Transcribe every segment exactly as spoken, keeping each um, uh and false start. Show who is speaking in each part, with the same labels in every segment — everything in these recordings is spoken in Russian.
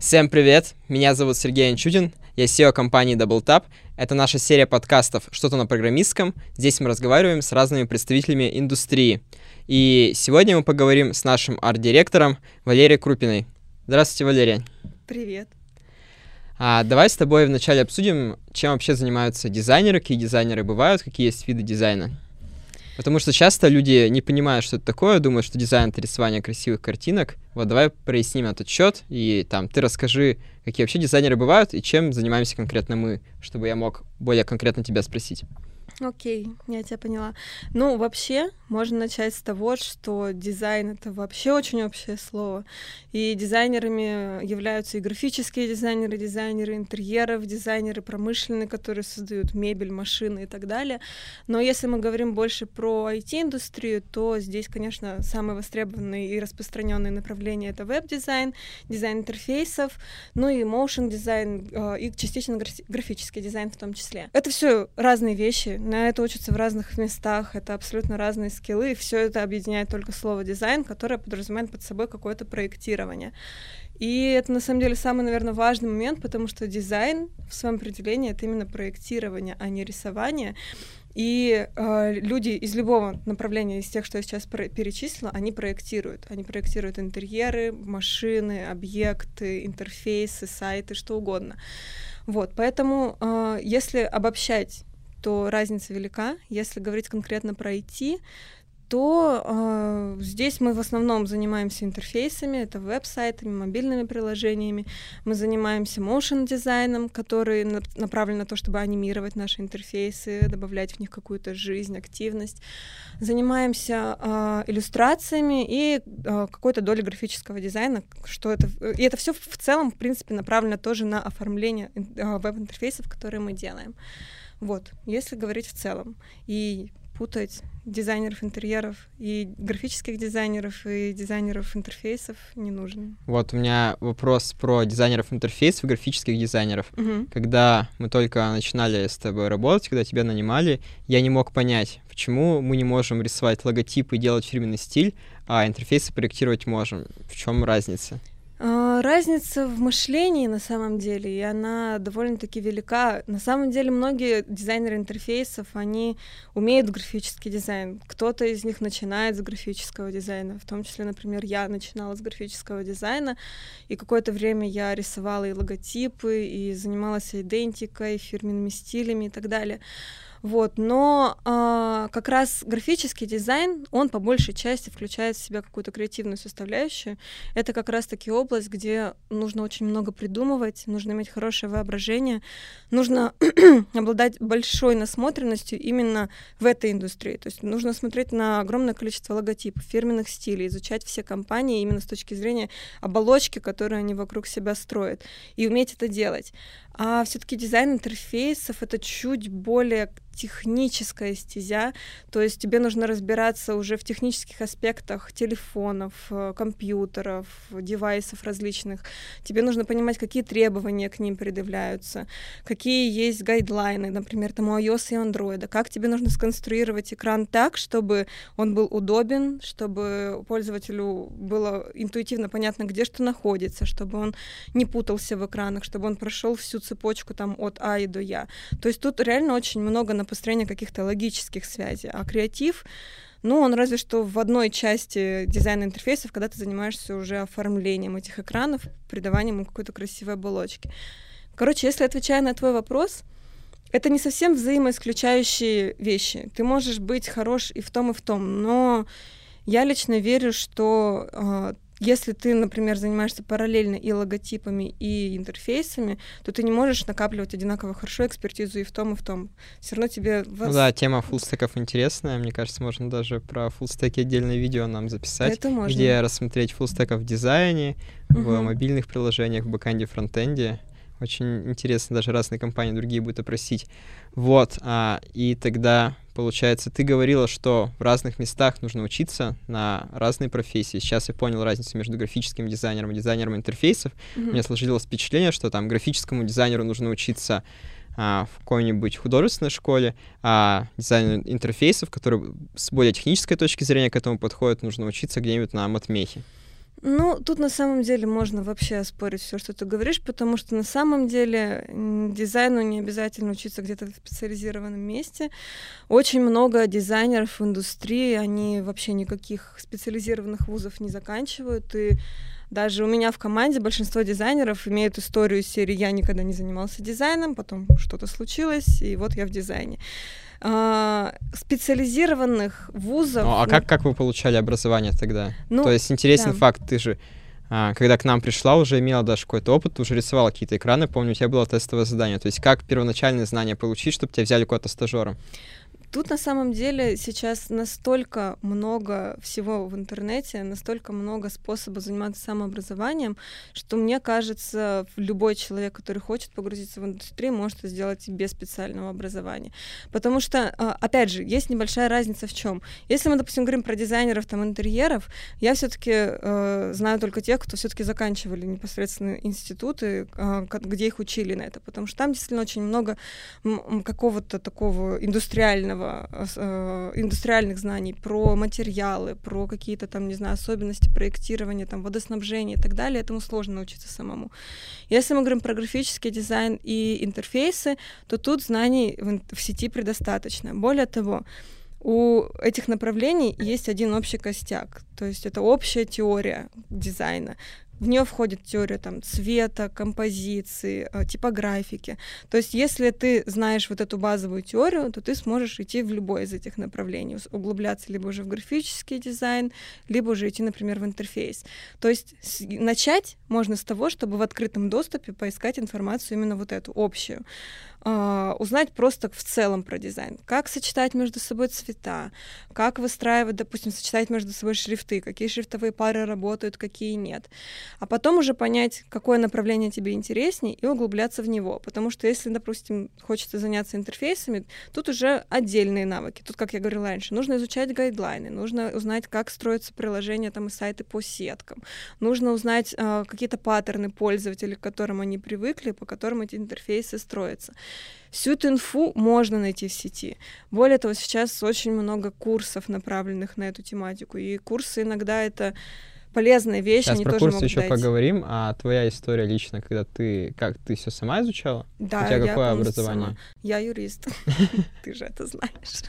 Speaker 1: Всем привет, меня зовут Сергей Анчутин, я си и о компании DoubleTap. Это наша серия подкастов «Что-то на программистском». Здесь мы разговариваем с разными представителями индустрии. И сегодня мы поговорим с нашим арт-директором Валерией Крупиной. Здравствуйте, Валерия.
Speaker 2: Привет.
Speaker 1: А, давай с тобой вначале обсудим, чем вообще занимаются дизайнеры, какие дизайнеры бывают, какие есть виды дизайна. Потому что часто люди не понимают, что это такое, думают, что дизайн — это рисование красивых картинок. Вот давай проясним этот счет, и там ты расскажи, какие вообще дизайнеры бывают и чем занимаемся конкретно мы, чтобы я мог более конкретно тебя спросить.
Speaker 2: Окей, я тебя поняла. Ну, вообще, можно начать с того, что дизайн — это вообще очень общее слово. И дизайнерами являются и графические дизайнеры, дизайнеры интерьеров, дизайнеры промышленные, которые создают мебель, машины и так далее. Но если мы говорим больше про ай ти-индустрию, то здесь, конечно, самые востребованные и распространенные направления — это веб-дизайн, дизайн интерфейсов, ну и моушн-дизайн, и частично графический дизайн в том числе. Это все разные вещи. На это учатся в разных местах, это абсолютно разные скиллы, и все это объединяет только слово «дизайн», которое подразумевает под собой какое-то проектирование. И это, на самом деле, самый, наверное, важный момент, потому что дизайн в своем определении — это именно проектирование, а не рисование. И э, люди из любого направления, из тех, что я сейчас про- перечислила, они проектируют. Они проектируют интерьеры, машины, объекты, интерфейсы, сайты, что угодно. Вот, поэтому, э, если обобщать, то разница велика. Если говорить конкретно про ай ти, то э, здесь мы в основном занимаемся интерфейсами, это веб-сайтами, мобильными приложениями. Мы занимаемся моушн-дизайном, который на- направлен на то, чтобы анимировать наши интерфейсы, добавлять в них какую-то жизнь, активность. Занимаемся э, иллюстрациями и э, какой-то долей графического дизайна. Что это, и это все в целом, в принципе, направлено тоже на оформление э, веб-интерфейсов, которые мы делаем. Вот, если говорить в целом. И путать дизайнеров интерьеров и графических дизайнеров и дизайнеров интерфейсов не нужно.
Speaker 1: Вот у меня вопрос про дизайнеров интерфейсов и графических дизайнеров.
Speaker 2: Угу.
Speaker 1: Когда мы только начинали с тобой работать, когда тебя нанимали, я не мог понять, почему мы не можем рисовать логотипы и делать фирменный стиль, а интерфейсы проектировать можем. В чем разница?
Speaker 2: Разница в мышлении на самом деле, и она довольно-таки велика. На самом деле многие дизайнеры интерфейсов, они умеют графический дизайн. Кто-то из них начинает с графического дизайна, в том числе, например, я начинала с графического дизайна, и какое-то время я рисовала и логотипы, и занималась идентикой, фирменными стилями и так далее. Вот, но а, как раз графический дизайн, он по большей части включает в себя какую-то креативную составляющую. Это как раз-таки область, где нужно очень много придумывать, нужно иметь хорошее воображение, нужно обладать большой насмотренностью именно в этой индустрии. То есть нужно смотреть на огромное количество логотипов, фирменных стилей, изучать все компании именно с точки зрения оболочки, которую они вокруг себя строят, и уметь это делать. А все-таки дизайн интерфейсов — это чуть более техническая стезя, то есть тебе нужно разбираться уже в технических аспектах телефонов, компьютеров, девайсов различных. Тебе нужно понимать, какие требования к ним предъявляются, какие есть гайдлайны, например, там у iOS и Android, как тебе нужно сконструировать экран так, чтобы он был удобен, чтобы пользователю было интуитивно понятно, где что находится, чтобы он не путался в экранах, чтобы он прошел всю цепочку там от А и до Я. То есть тут реально очень много на построение каких-то логических связей. А креатив, ну, он разве что в одной части дизайна интерфейсов, когда ты занимаешься уже оформлением этих экранов, придаванием им какой-то красивой оболочки. Короче, если отвечая на твой вопрос, это не совсем взаимоисключающие вещи. Ты можешь быть хорош и в том, и в том, но я лично верю, что э, если ты, например, занимаешься параллельно и логотипами, и интерфейсами, то ты не можешь накапливать одинаково хорошо экспертизу и в том, и в том. Все равно тебе...
Speaker 1: Ну да, тема фуллстеков интересная. Мне кажется, можно даже про фуллстеки отдельное видео нам записать.
Speaker 2: Это можно.
Speaker 1: Где рассмотреть фуллстеков в дизайне,
Speaker 2: угу.
Speaker 1: в мобильных приложениях, в бэкэнде, фронтенде. Очень интересно, даже разные компании другие будут опросить. Вот, а, и тогда, получается, ты говорила, что в разных местах нужно учиться на разные профессии. Сейчас я понял разницу между графическим дизайнером и дизайнером интерфейсов. Mm-hmm. У меня сложилось впечатление, что там графическому дизайнеру нужно учиться а, в какой-нибудь художественной школе, а дизайнеру интерфейсов, который с более технической точки зрения к этому подходит, нужно учиться где-нибудь на матмехе.
Speaker 2: Ну, тут на самом деле можно вообще оспорить все, что ты говоришь, потому что на самом деле дизайну не обязательно учиться где-то в специализированном месте. Очень много дизайнеров в индустрии, они вообще никаких специализированных вузов не заканчивают, и даже у меня в команде большинство дизайнеров имеют историю из серии «я никогда не занимался дизайном», потом что-то случилось, и вот я в дизайне. А, специализированных вузов...
Speaker 1: Ну, а как, как вы получали образование тогда?
Speaker 2: Ну,
Speaker 1: То есть интересный
Speaker 2: да.
Speaker 1: факт, ты же, а, когда к нам пришла, уже имела даже какой-то опыт, ты уже рисовала какие-то экраны, помню, у тебя было тестовое задание. То есть как первоначальные знания получить, чтобы тебя взяли куда-то стажером?
Speaker 2: Тут на самом деле сейчас настолько много всего в интернете, настолько много способов заниматься самообразованием, что мне кажется, любой человек, который хочет погрузиться в индустрию, может это сделать и без специального образования. Потому что, опять же, есть небольшая разница в чем. Если мы, допустим, говорим про дизайнеров там, интерьеров, я все-таки э, знаю только тех, кто все-таки заканчивали непосредственно институты, э, где их учили на это, потому что там действительно очень много какого-то такого индустриального индустриальных знаний про материалы, про какие-то там, не знаю, особенности проектирования, там, водоснабжения и так далее, этому сложно научиться самому. Если мы говорим про графический дизайн и интерфейсы, то тут знаний в, в сети предостаточно. Более того, у этих направлений есть один общий костяк, то есть это общая теория дизайна. В нее входит теория там, цвета, композиции, типографики. То есть если ты знаешь вот эту базовую теорию, то ты сможешь идти в любое из этих направлений, углубляться либо уже в графический дизайн, либо уже идти, например, в интерфейс. То есть начать можно с того, чтобы в открытом доступе поискать информацию именно вот эту, общую. Uh, узнать просто в целом про дизайн. Как сочетать между собой цвета, как выстраивать, допустим, сочетать между собой шрифты, какие шрифтовые пары работают, какие нет. А потом уже понять, какое направление тебе интереснее, и углубляться в него. Потому что если, допустим, хочется заняться интерфейсами, тут уже отдельные навыки. Тут, как я говорила раньше, нужно изучать гайдлайны, нужно узнать, как строятся приложения там, и сайты по сеткам, нужно узнать uh, какие-то паттерны пользователей, к которым они привыкли, по которым эти интерфейсы строятся. Всю эту инфу можно найти в сети. Более того, сейчас очень много курсов, направленных на эту тематику, и курсы иногда это полезная вещь,
Speaker 1: сейчас
Speaker 2: они
Speaker 1: про
Speaker 2: тоже
Speaker 1: курсы
Speaker 2: могут
Speaker 1: еще
Speaker 2: дать.
Speaker 1: Поговорим, а твоя история лично, когда ты, как, ты все сама изучала?
Speaker 2: Да,
Speaker 1: у тебя
Speaker 2: я
Speaker 1: какое
Speaker 2: полностью
Speaker 1: образование?
Speaker 2: Сама. Я юрист, ты же это знаешь.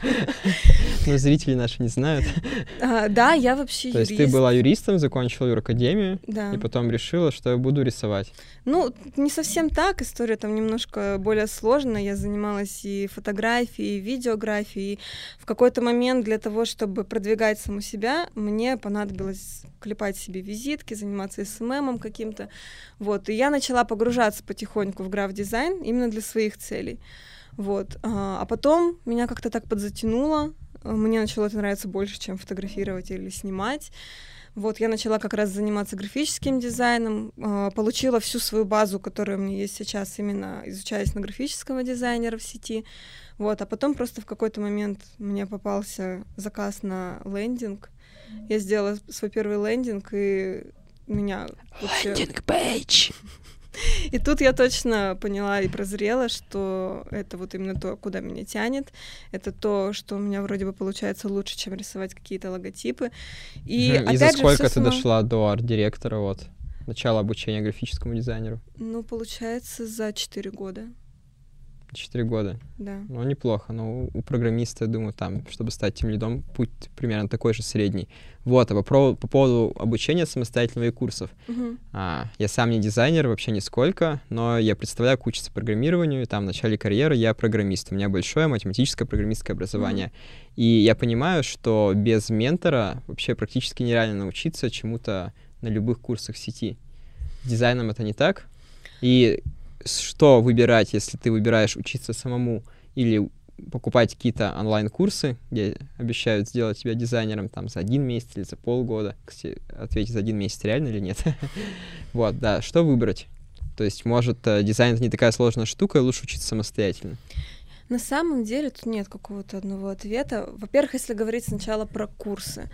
Speaker 1: Но зрители наши не знают.
Speaker 2: Да, я вообще юрист.
Speaker 1: То есть ты была юристом, закончила юракадемию,
Speaker 2: да.
Speaker 1: и потом решила, что я буду рисовать.
Speaker 2: Ну, не совсем так, история там немножко более сложная. Я занималась и фотографией, и видеографией. И в какой-то момент для того, чтобы продвигать саму себя, мне понадобилось клепать себе визитки, заниматься эс эм эм каким-то. Вот. И я начала погружаться потихоньку в граф-дизайн именно для своих целей. Вот. А потом меня как-то так подзатянуло. Мне начало это нравиться больше, чем фотографировать или снимать. Вот, я начала как раз заниматься графическим дизайном, э, получила всю свою базу, которая у меня есть сейчас, именно изучаясь на графического дизайнера в сети. Вот, а потом просто в какой-то момент мне попался заказ на лендинг. Я сделала свой первый лендинг, и меня вообще...
Speaker 1: Лендинг-пейдж!
Speaker 2: И тут я точно поняла и прозрела, что это вот именно то, куда меня тянет. Это то, что у меня вроде бы получается лучше, чем рисовать какие-то логотипы. И,
Speaker 1: и
Speaker 2: опять
Speaker 1: за
Speaker 2: же,
Speaker 1: сколько ты
Speaker 2: сама...
Speaker 1: дошла до арт-директора, вот, начала обучения графическому дизайнеру?
Speaker 2: Ну, получается, за четыре года.
Speaker 1: Четыре года?
Speaker 2: Да.
Speaker 1: Ну, неплохо. Но у программиста, я думаю, там, чтобы стать тимлидом, путь примерно такой же средний. Вот, а по, по поводу обучения самостоятельного и курсов.
Speaker 2: Uh-huh.
Speaker 1: А, я сам не дизайнер, вообще нисколько, но я представляю, как учиться программированию, и там в начале карьеры я программист. У меня большое математическое программистское образование. Uh-huh. И я понимаю, что без ментора вообще практически нереально научиться чему-то на любых курсах в сети. С дизайном это не так. И что выбирать, если ты выбираешь учиться самому или покупать какие-то онлайн-курсы, где обещают сделать тебя дизайнером там за один месяц или за полгода. Кстати, ответить, за один месяц реально или нет. Вот, да, что выбрать? То есть, может, дизайн — это не такая сложная штука, и лучше учиться самостоятельно?
Speaker 2: На самом деле тут нет какого-то одного ответа. Во-первых, если говорить сначала про курсы,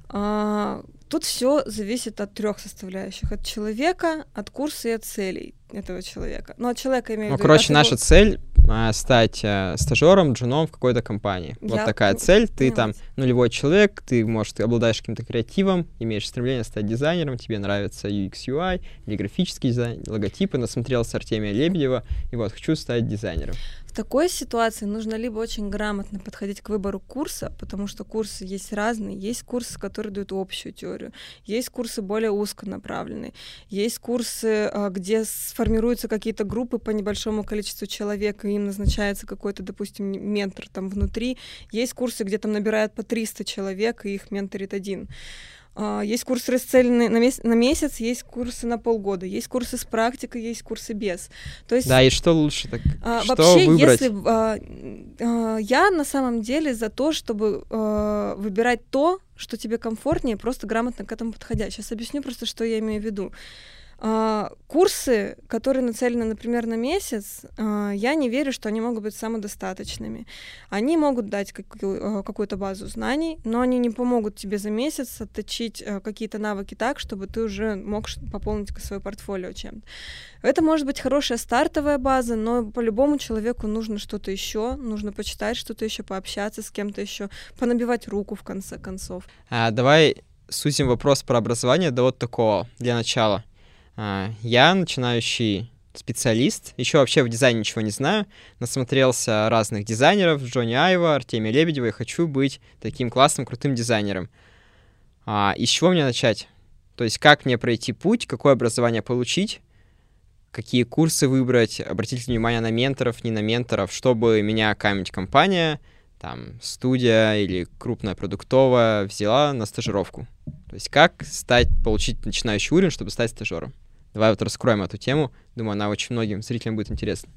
Speaker 2: тут все зависит от трех составляющих: от человека, от курса и от целей этого человека. Ну, от человека имею в виду.
Speaker 1: Ну, короче, наша цель а, стать а, стажером, джуном в какой-то компании. Я... Вот такая цель. Ты там нулевой человек, ты, может, ты обладаешь каким-то креативом, имеешь стремление стать дизайнером, тебе нравится ю экс, ю ай или графический дизайн, логотипы, насмотрелся Артемия Лебедева, и вот хочу стать дизайнером.
Speaker 2: В такой ситуации нужно либо очень грамотно подходить к выбору курса, потому что курсы есть разные. Есть курсы, которые дают общую теорию, есть курсы более узконаправленные, есть курсы, где сформируются какие-то группы по небольшому количеству человек, и им назначается какой-то, допустим, ментор там внутри. Есть курсы, где там набирают по триста человек, и их менторит один. Есть курсы расцеленные на месяц, на месяц, есть курсы на полгода, есть курсы с практикой, есть курсы без. То есть,
Speaker 1: да, и что лучше? Так,
Speaker 2: а,
Speaker 1: что
Speaker 2: вообще,
Speaker 1: выбрать?
Speaker 2: Если, а, а, я на самом деле за то, чтобы а, выбирать то, что тебе комфортнее, просто грамотно к этому подходя. Сейчас объясню просто, что я имею в виду. Uh, курсы, которые нацелены, например, на месяц, uh, я не верю, что они могут быть самодостаточными. Они могут дать какую- uh, какую-то базу знаний, но они не помогут тебе за месяц отточить uh, какие-то навыки так, чтобы ты уже мог пополнить свое портфолио чем-то. Это может быть хорошая стартовая база, но по-любому человеку нужно что-то еще, нужно почитать что-то еще, пообщаться с кем-то еще, понабивать руку в конце концов.
Speaker 1: А, давай сузим вопрос про образование до вот такого, для начала. Я начинающий специалист, еще вообще в дизайне ничего не знаю, насмотрелся разных дизайнеров, Джонни Айва, Артемия Лебедева, и хочу быть таким классным, крутым дизайнером. А, и с чего мне начать? То есть как мне пройти путь, какое образование получить, какие курсы выбрать, обратить внимание на менторов, не на менторов, чтобы меня какая-нибудь компания, там, студия или крупная продуктовая взяла на стажировку. То есть как стать, получить начинающий уровень, чтобы стать стажером. Давай вот раскроем эту тему. Думаю, она очень многим зрителям будет интересна.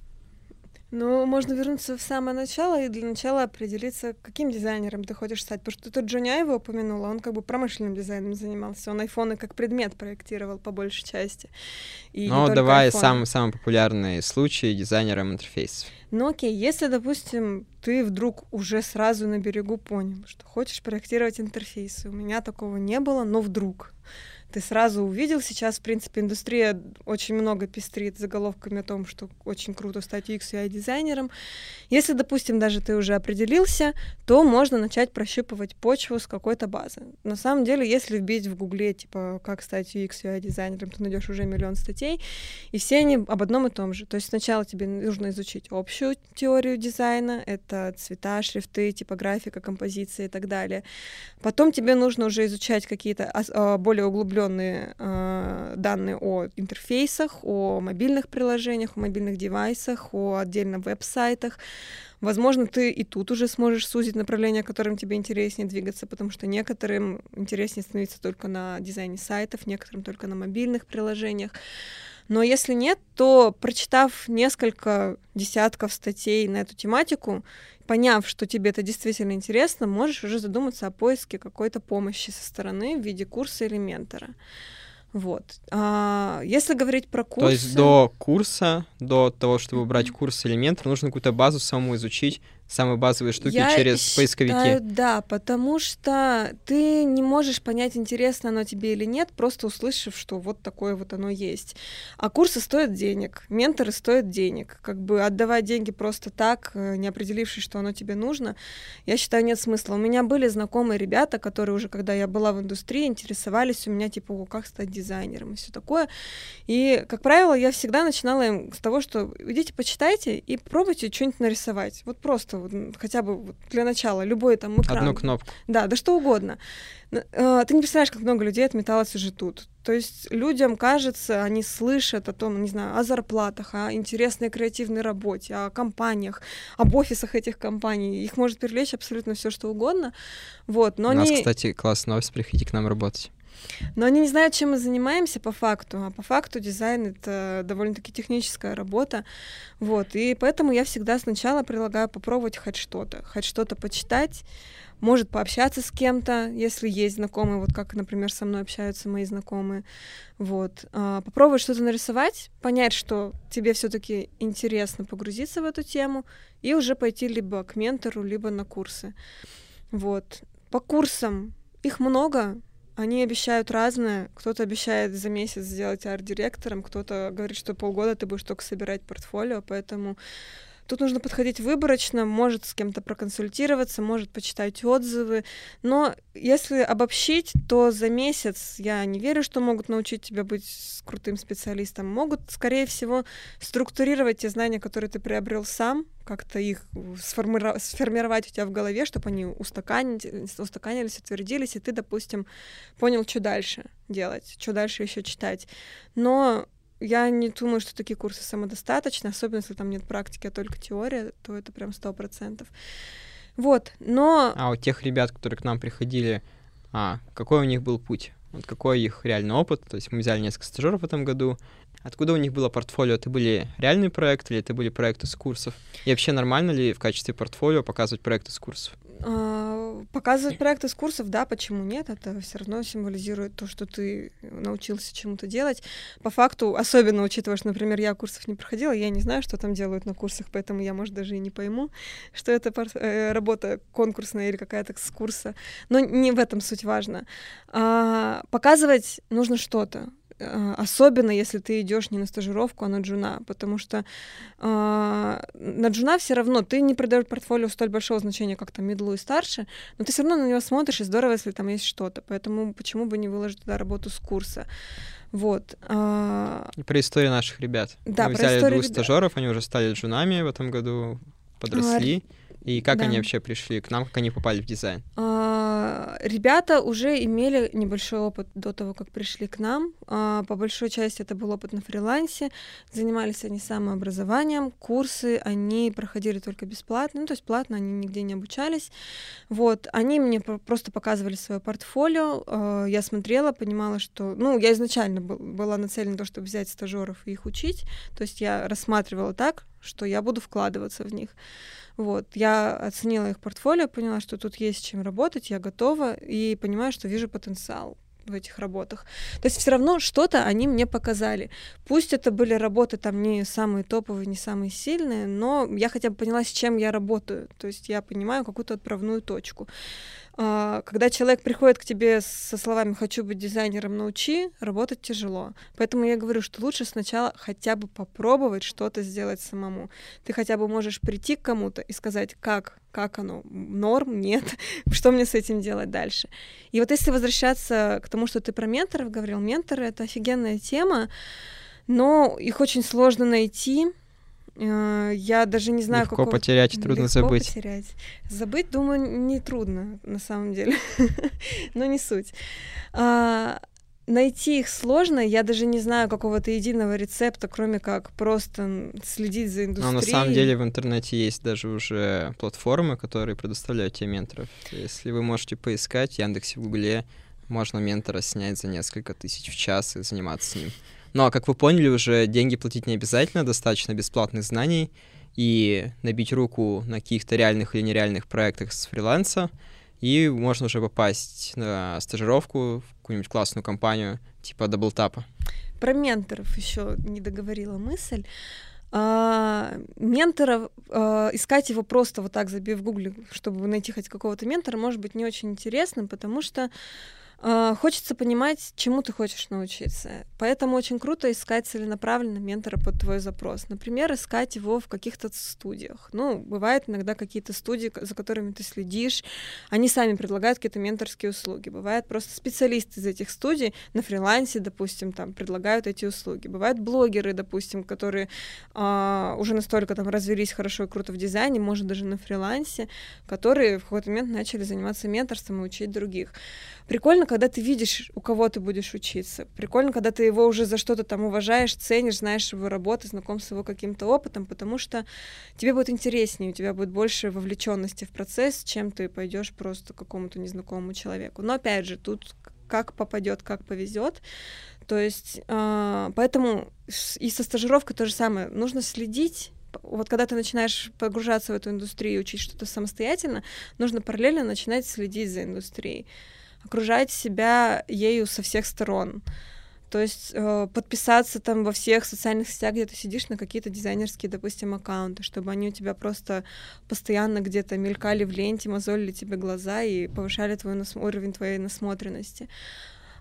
Speaker 2: Ну, можно вернуться в самое начало и для начала определиться, каким дизайнером ты хочешь стать. Потому что ты тут Джонни Айва упомянула, он как бы промышленным дизайном занимался. Он айфоны как предмет проектировал по большей части. И
Speaker 1: ну, давай самый, самый популярный случай дизайнером интерфейсов.
Speaker 2: Ну окей, если, допустим, ты вдруг уже сразу на берегу понял, что хочешь проектировать интерфейсы. У меня такого не было, но вдруг... Ты сразу увидел, сейчас, в принципе, индустрия очень много пестрит заголовками о том, что очень круто стать ю экс ю ай-дизайнером. Если, допустим, даже ты уже определился, то можно начать прощупывать почву с какой-то базы. На самом деле, если вбить в Гугле, типа, как стать ю экс ю ай-дизайнером, ты найдешь уже миллион статей, и все они об одном и том же. То есть сначала тебе нужно изучить общую теорию дизайна, это цвета, шрифты, типографика, композиция и так далее. Потом тебе нужно уже изучать какие-то более углубленные э, данные о интерфейсах, о мобильных приложениях, о мобильных девайсах, о отдельно веб-сайтах. Возможно, ты и тут уже сможешь сузить направление, которым тебе интереснее двигаться, потому что некоторым интереснее становиться только на дизайне сайтов, некоторым только на мобильных приложениях. Но если нет, то, прочитав несколько десятков статей на эту тематику, поняв, что тебе это действительно интересно, можешь уже задуматься о поиске какой-то помощи со стороны в виде курса или ментора. Вот. А если говорить про курсы...
Speaker 1: То есть до курса, до того, чтобы брать курс или ментор, нужно какую-то базу самому изучить, самые базовые штуки
Speaker 2: Я
Speaker 1: через
Speaker 2: считаю,
Speaker 1: поисковики.
Speaker 2: Да, потому что ты не можешь понять, интересно оно тебе или нет, просто услышав, что вот такое вот оно есть. А курсы стоят денег, менторы стоят денег. Как бы отдавать деньги просто так, не определившись, что оно тебе нужно, я считаю, нет смысла. У меня были знакомые ребята, которые уже, когда я была в индустрии, интересовались у меня, типа, о, как стать дизайнером и все такое. И, как правило, я всегда начинала им с того, что идите почитайте и пробуйте что-нибудь нарисовать. Вот просто вот, хотя бы вот для начала, любой там экран.
Speaker 1: Одну кнопку.
Speaker 2: Да, да что угодно. Ты не представляешь, как много людей отметалось уже тут. То есть людям кажется, они слышат о том, не знаю, о зарплатах, о интересной креативной работе, о компаниях, об офисах этих компаний. Их может привлечь абсолютно все что угодно. Вот, но
Speaker 1: У нас,
Speaker 2: они...
Speaker 1: кстати, классный офис, приходите к нам работать.
Speaker 2: Но они не знают, чем мы занимаемся по факту, а по факту дизайн — это довольно-таки техническая работа, вот, и поэтому я всегда сначала предлагаю попробовать хоть что-то, хоть что-то почитать, может пообщаться с кем-то, если есть знакомые, вот как, например, со мной общаются мои знакомые, вот, а, попробовать что-то нарисовать, понять, что тебе все-таки интересно погрузиться в эту тему, и уже пойти либо к ментору, либо на курсы, вот. По курсам их много. Они обещают разное. Кто-то обещает за месяц сделать арт-директором, кто-то говорит, что полгода ты будешь только собирать портфолио, поэтому тут нужно подходить выборочно, может с кем-то проконсультироваться, может почитать отзывы, но если обобщить, то за месяц я не верю, что могут научить тебя быть крутым специалистом. Могут, скорее всего, структурировать те знания, которые ты приобрел сам, как-то их сформира- сформировать у тебя в голове, чтобы они устаканились, устаканились, утвердились, и ты, допустим, понял, что дальше делать, что дальше еще читать. Но я не думаю, что такие курсы самодостаточны, особенно если там нет практики, а только теория, то это прям сто процентов. Вот, но...
Speaker 1: А у тех ребят, которые к нам приходили, а, какой у них был путь? Вот какой их реальный опыт? То есть мы взяли несколько стажеров в этом году. Откуда у них было портфолио? Это были реальные проекты или это были проекты с курсов? И вообще нормально ли в качестве портфолио показывать проекты с курсов?
Speaker 2: Показывать проекты с курсов, да, почему нет? Это все равно символизирует то, что ты научился чему-то делать. По факту, особенно учитывая, что, например, я курсов не проходила, я не знаю, что там делают на курсах, поэтому я, может, даже и не пойму, что это работа конкурсная или какая-то с курса. Но не в этом суть важно. А, показывать нужно что-то. Особенно, если ты идешь не на стажировку, а на джуна, потому что э, на джуна все равно ты не придаешь портфолио столь большого значения, как там мидлу и старше, но ты все равно на него смотришь, и здорово, если там есть что-то. Поэтому почему бы не выложить туда работу с курса? Вот. А...
Speaker 1: И про историю наших ребят.
Speaker 2: Да,
Speaker 1: Мы
Speaker 2: про
Speaker 1: взяли
Speaker 2: историю
Speaker 1: двух
Speaker 2: ребят.
Speaker 1: стажеров, они уже стали джунами в этом году, подросли. А... И как
Speaker 2: да.
Speaker 1: они вообще пришли к нам, как они попали в дизайн?
Speaker 2: А, ребята уже имели небольшой опыт до того, как пришли к нам. А, по большой части это был опыт на фрилансе. Занимались они самообразованием. Курсы они проходили только бесплатно. Ну, то есть платно они нигде не обучались. Вот. Они мне просто показывали свое портфолио. А, я смотрела, понимала, что... Ну, я изначально был, была нацелена на то, чтобы взять стажеров и их учить. То есть я рассматривала так, что я буду вкладываться в них. Вот, я оценила их портфолио, поняла, что тут есть чем работать, я готова, и понимаю, что вижу потенциал в этих работах. То есть все равно что-то они мне показали. Пусть это были работы там не самые топовые, не самые сильные, но я хотя бы поняла, с чем я работаю. То есть я понимаю какую-то отправную точку. Когда человек приходит к тебе со словами «хочу быть дизайнером, научи», работать тяжело. Поэтому я говорю, что лучше сначала хотя бы попробовать что-то сделать самому. Ты хотя бы можешь прийти к кому-то и сказать, как, как оно, норм, нет, что мне с этим делать дальше. И вот если возвращаться к тому, что ты про менторов говорил, менторы — это офигенная тема, но их очень сложно найти. Я даже не знаю,
Speaker 1: легко
Speaker 2: какого...
Speaker 1: потерять, трудно
Speaker 2: легко
Speaker 1: забыть.
Speaker 2: Потерять. Забыть, думаю, не трудно, на самом деле. Но не суть. А, найти их сложно. Я даже не знаю какого-то единого рецепта, кроме как просто следить за индустрией.
Speaker 1: Но на самом деле в интернете есть даже уже платформы, которые предоставляют тебе менторов. Если вы можете поискать в Яндексе, в Гугле, можно ментора снять за несколько тысяч в час и заниматься с ним. Но, как вы поняли, уже деньги платить не обязательно, достаточно бесплатных знаний и набить руку на каких-то реальных или нереальных проектах с фриланса, и можно уже попасть на стажировку в какую-нибудь классную компанию типа даблтапа.
Speaker 2: Про менторов еще не договорила мысль. А, менторов, а, искать его просто вот так, забив в гугле, чтобы найти хоть какого-то ментора, может быть не очень интересно, потому что хочется понимать, чему ты хочешь научиться. Поэтому очень круто искать целенаправленно ментора под твой запрос. Например, искать его в каких-то студиях. Ну, бывают иногда какие-то студии, за которыми ты следишь, они сами предлагают какие-то менторские услуги. Бывают просто специалисты из этих студий на фрилансе, допустим, там предлагают эти услуги. Бывают блогеры, допустим, которые а, уже настолько там развелись хорошо и круто в дизайне, может, даже на фрилансе, которые в какой-то момент начали заниматься менторством и учить других. Прикольно, когда ты видишь, у кого ты будешь учиться. Прикольно, когда ты его уже за что-то там уважаешь, ценишь, знаешь его работу, знаком с его каким-то опытом, потому что тебе будет интереснее, у тебя будет больше вовлеченности в процесс, чем ты пойдешь просто к какому-то незнакомому человеку. Но опять же, тут как попадет, как повезет. То есть, э, поэтому и со стажировкой то же самое. Нужно следить. Вот когда ты начинаешь погружаться в эту индустрию, учить что-то самостоятельно, нужно параллельно начинать следить за индустрией. Окружать себя ею со всех сторон. То есть э, подписаться там во всех социальных сетях, где ты сидишь, на какие-то дизайнерские, допустим, аккаунты, чтобы они у тебя просто постоянно где-то мелькали в ленте, мозолили тебе глаза и повышали твой нас... уровень твоей насмотренности.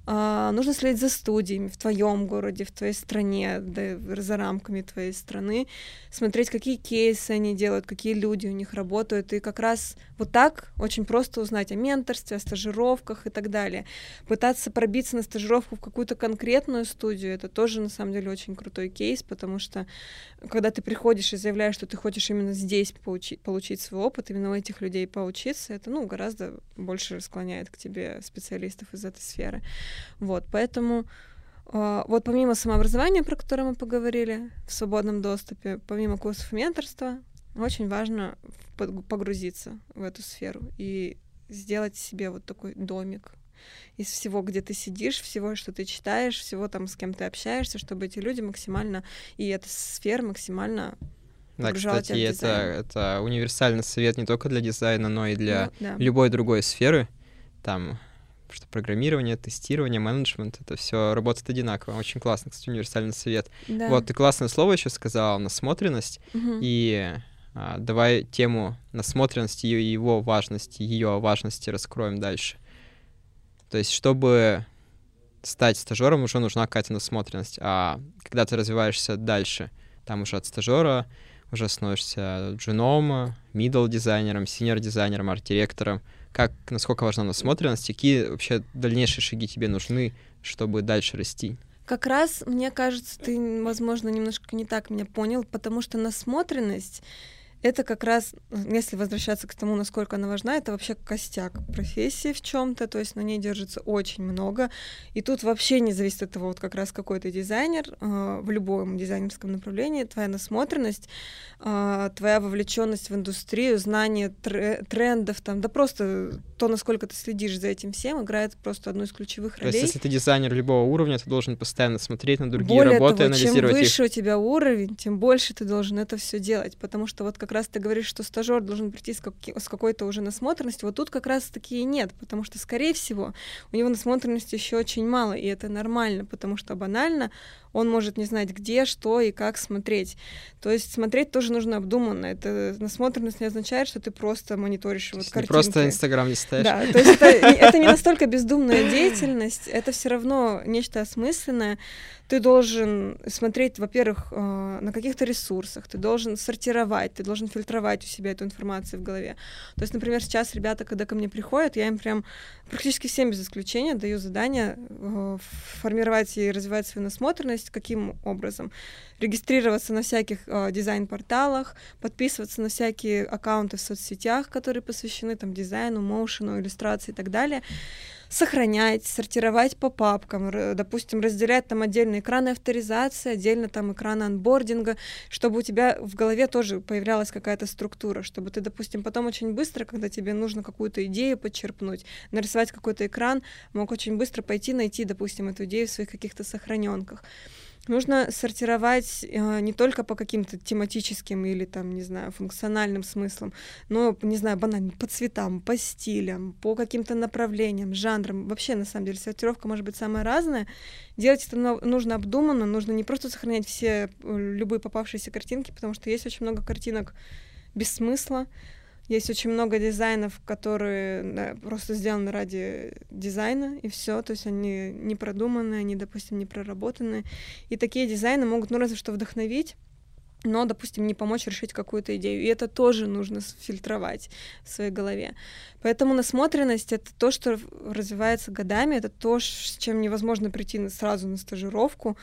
Speaker 2: А, нужно следить за студиями в твоем городе, в твоей стране, да, за рамками твоей страны, смотреть, какие кейсы они делают, какие люди у них работают, и как раз вот так очень просто узнать о менторстве, о стажировках и так далее. Пытаться пробиться на стажировку в какую-то конкретную студию, это тоже на самом деле очень крутой кейс, потому что когда ты приходишь и заявляешь, что ты хочешь именно здесь поучи- получить свой опыт, именно у этих людей поучиться, это, ну, гораздо больше склоняет к тебе специалистов из этой сферы. Вот, поэтому э, вот помимо самообразования, про которое мы поговорили, в свободном доступе, помимо курсов менторства, очень важно погрузиться в эту сферу и сделать себе вот такой домик из всего, где ты сидишь, всего, что ты читаешь, всего там, с кем ты общаешься, чтобы эти люди максимально, и эта сфера максимально погружала
Speaker 1: да, кстати,
Speaker 2: тебя в дизайн.
Speaker 1: это, это универсальный совет не только для дизайна, но и для
Speaker 2: ну, да.
Speaker 1: любой другой сферы. Там, что программирование, тестирование, менеджмент, это все работает одинаково. Очень классно, кстати, универсальный совет.
Speaker 2: Да.
Speaker 1: Вот, ты классное слово еще сказала, насмотренность.
Speaker 2: Угу.
Speaker 1: И а, давай тему насмотренности и его важности, ее важности раскроем дальше. То есть, чтобы стать стажером, уже нужна какая-то насмотренность. А когда ты развиваешься дальше, там уже от стажера уже становишься джуном, middle дизайнером, senior дизайнером, арт-директором. Как, насколько важна насмотренность, какие вообще дальнейшие шаги тебе нужны, чтобы дальше расти?
Speaker 2: Как раз, мне кажется, ты, возможно, немножко не так меня понял, потому что насмотренность — это как раз, если возвращаться к тому, насколько она важна, это вообще костяк профессии в чем-то, то есть на ней держится очень много. И тут вообще не зависит от того, вот как раз какой ты дизайнер, э, в любом дизайнерском направлении, твоя насмотренность, э, твоя вовлеченность в индустрию, знание тр- трендов, там, да просто то, насколько ты следишь за этим всем, играет просто одну из ключевых ролей.
Speaker 1: То есть, если ты дизайнер любого уровня, ты должен постоянно смотреть на другие
Speaker 2: Более
Speaker 1: работы,
Speaker 2: того,
Speaker 1: анализировать
Speaker 2: чем
Speaker 1: их.
Speaker 2: выше у тебя уровень, тем больше ты должен это все делать, потому что вот как раз ты говоришь, что стажер должен прийти с, каки- с какой-то уже насмотренностью, вот тут как раз таки и нет, потому что, скорее всего, у него насмотренности еще очень мало, и это нормально, потому что банально он может не знать, где, что и как смотреть. То есть смотреть тоже нужно обдуманно. Это насмотренность не означает, что ты просто мониторишь вот картинки.
Speaker 1: Не просто Инстаграм листаешь.
Speaker 2: Да, то есть это, это не настолько бездумная деятельность, это все равно нечто осмысленное. Ты должен смотреть, во-первых, на каких-то ресурсах, ты должен сортировать, ты должен фильтровать у себя эту информацию в голове. То есть, например, сейчас ребята, когда ко мне приходят, я им прям практически всем без исключения даю задание формировать и развивать свою насмотренность. Каким образом? Регистрироваться на всяких э, дизайн-порталах, подписываться на всякие аккаунты в соцсетях, которые посвящены там дизайну, моушену, иллюстрации и так далее. Сохранять, сортировать по папкам, р- допустим, разделять там отдельно экраны авторизации, отдельно там экраны анбординга, чтобы у тебя в голове тоже появлялась какая-то структура, чтобы ты, допустим, потом очень быстро, когда тебе нужно какую-то идею подчерпнуть, нарисовать какой-то экран, мог очень быстро пойти найти, допустим, эту идею в своих каких-то сохраненках. Нужно сортировать э, не только по каким-то тематическим или там, не знаю, функциональным смыслам, но, не знаю, банально по цветам, по стилям, по каким-то направлениям, жанрам. Вообще, на самом деле, сортировка может быть самая разная. Делать это нужно обдуманно, нужно не просто сохранять все любые попавшиеся картинки, потому что есть очень много картинок без смысла. Есть очень много дизайнов, которые да, просто сделаны ради дизайна, и все, то есть они не продуманы, они, допустим, не проработаны. И такие дизайны могут, ну, разве что вдохновить, но, допустим, не помочь решить какую-то идею. И это тоже нужно фильтровать в своей голове. Поэтому насмотренность — это то, что развивается годами, это то, с чем невозможно прийти сразу на стажировку.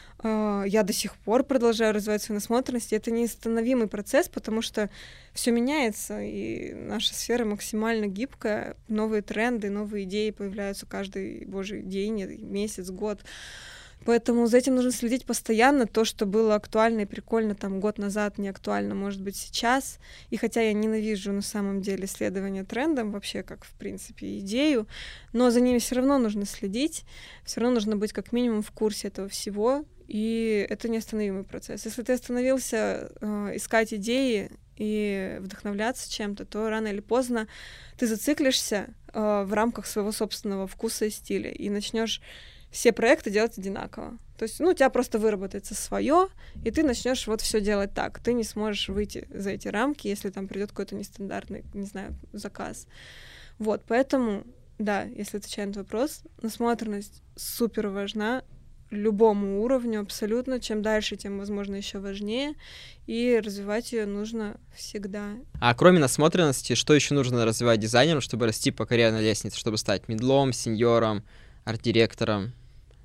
Speaker 2: Я до сих пор продолжаю развивать свою насмотренность, и это неостановимый процесс, потому что все меняется, и наша сфера максимально гибкая, новые тренды, новые идеи появляются каждый божий день, месяц, год. Поэтому за этим нужно следить постоянно. То, что было актуально и прикольно там год назад, не актуально, может быть, сейчас. И хотя я ненавижу на самом деле следование трендам, вообще как, в принципе, идею, но за ними все равно нужно следить, все равно нужно быть как минимум в курсе этого всего, и это неостановимый процесс. Если ты остановился э, искать идеи и вдохновляться чем-то, то рано или поздно ты зациклишься э, в рамках своего собственного вкуса и стиля и начнешь все проекты делать одинаково. То есть, ну, у тебя просто выработается свое, и ты начнешь вот все делать так. Ты не сможешь выйти за эти рамки, если там придет какой-то нестандартный, не знаю, заказ. Вот, поэтому да, если отвечать на этот вопрос, насмотренность супер важна любому уровню абсолютно. Чем дальше, тем, возможно, еще важнее. И развивать ее нужно всегда.
Speaker 1: А кроме насмотренности, что еще нужно развивать дизайнеру, чтобы расти по карьерной лестнице, чтобы стать мидлом, сеньором, арт-директором?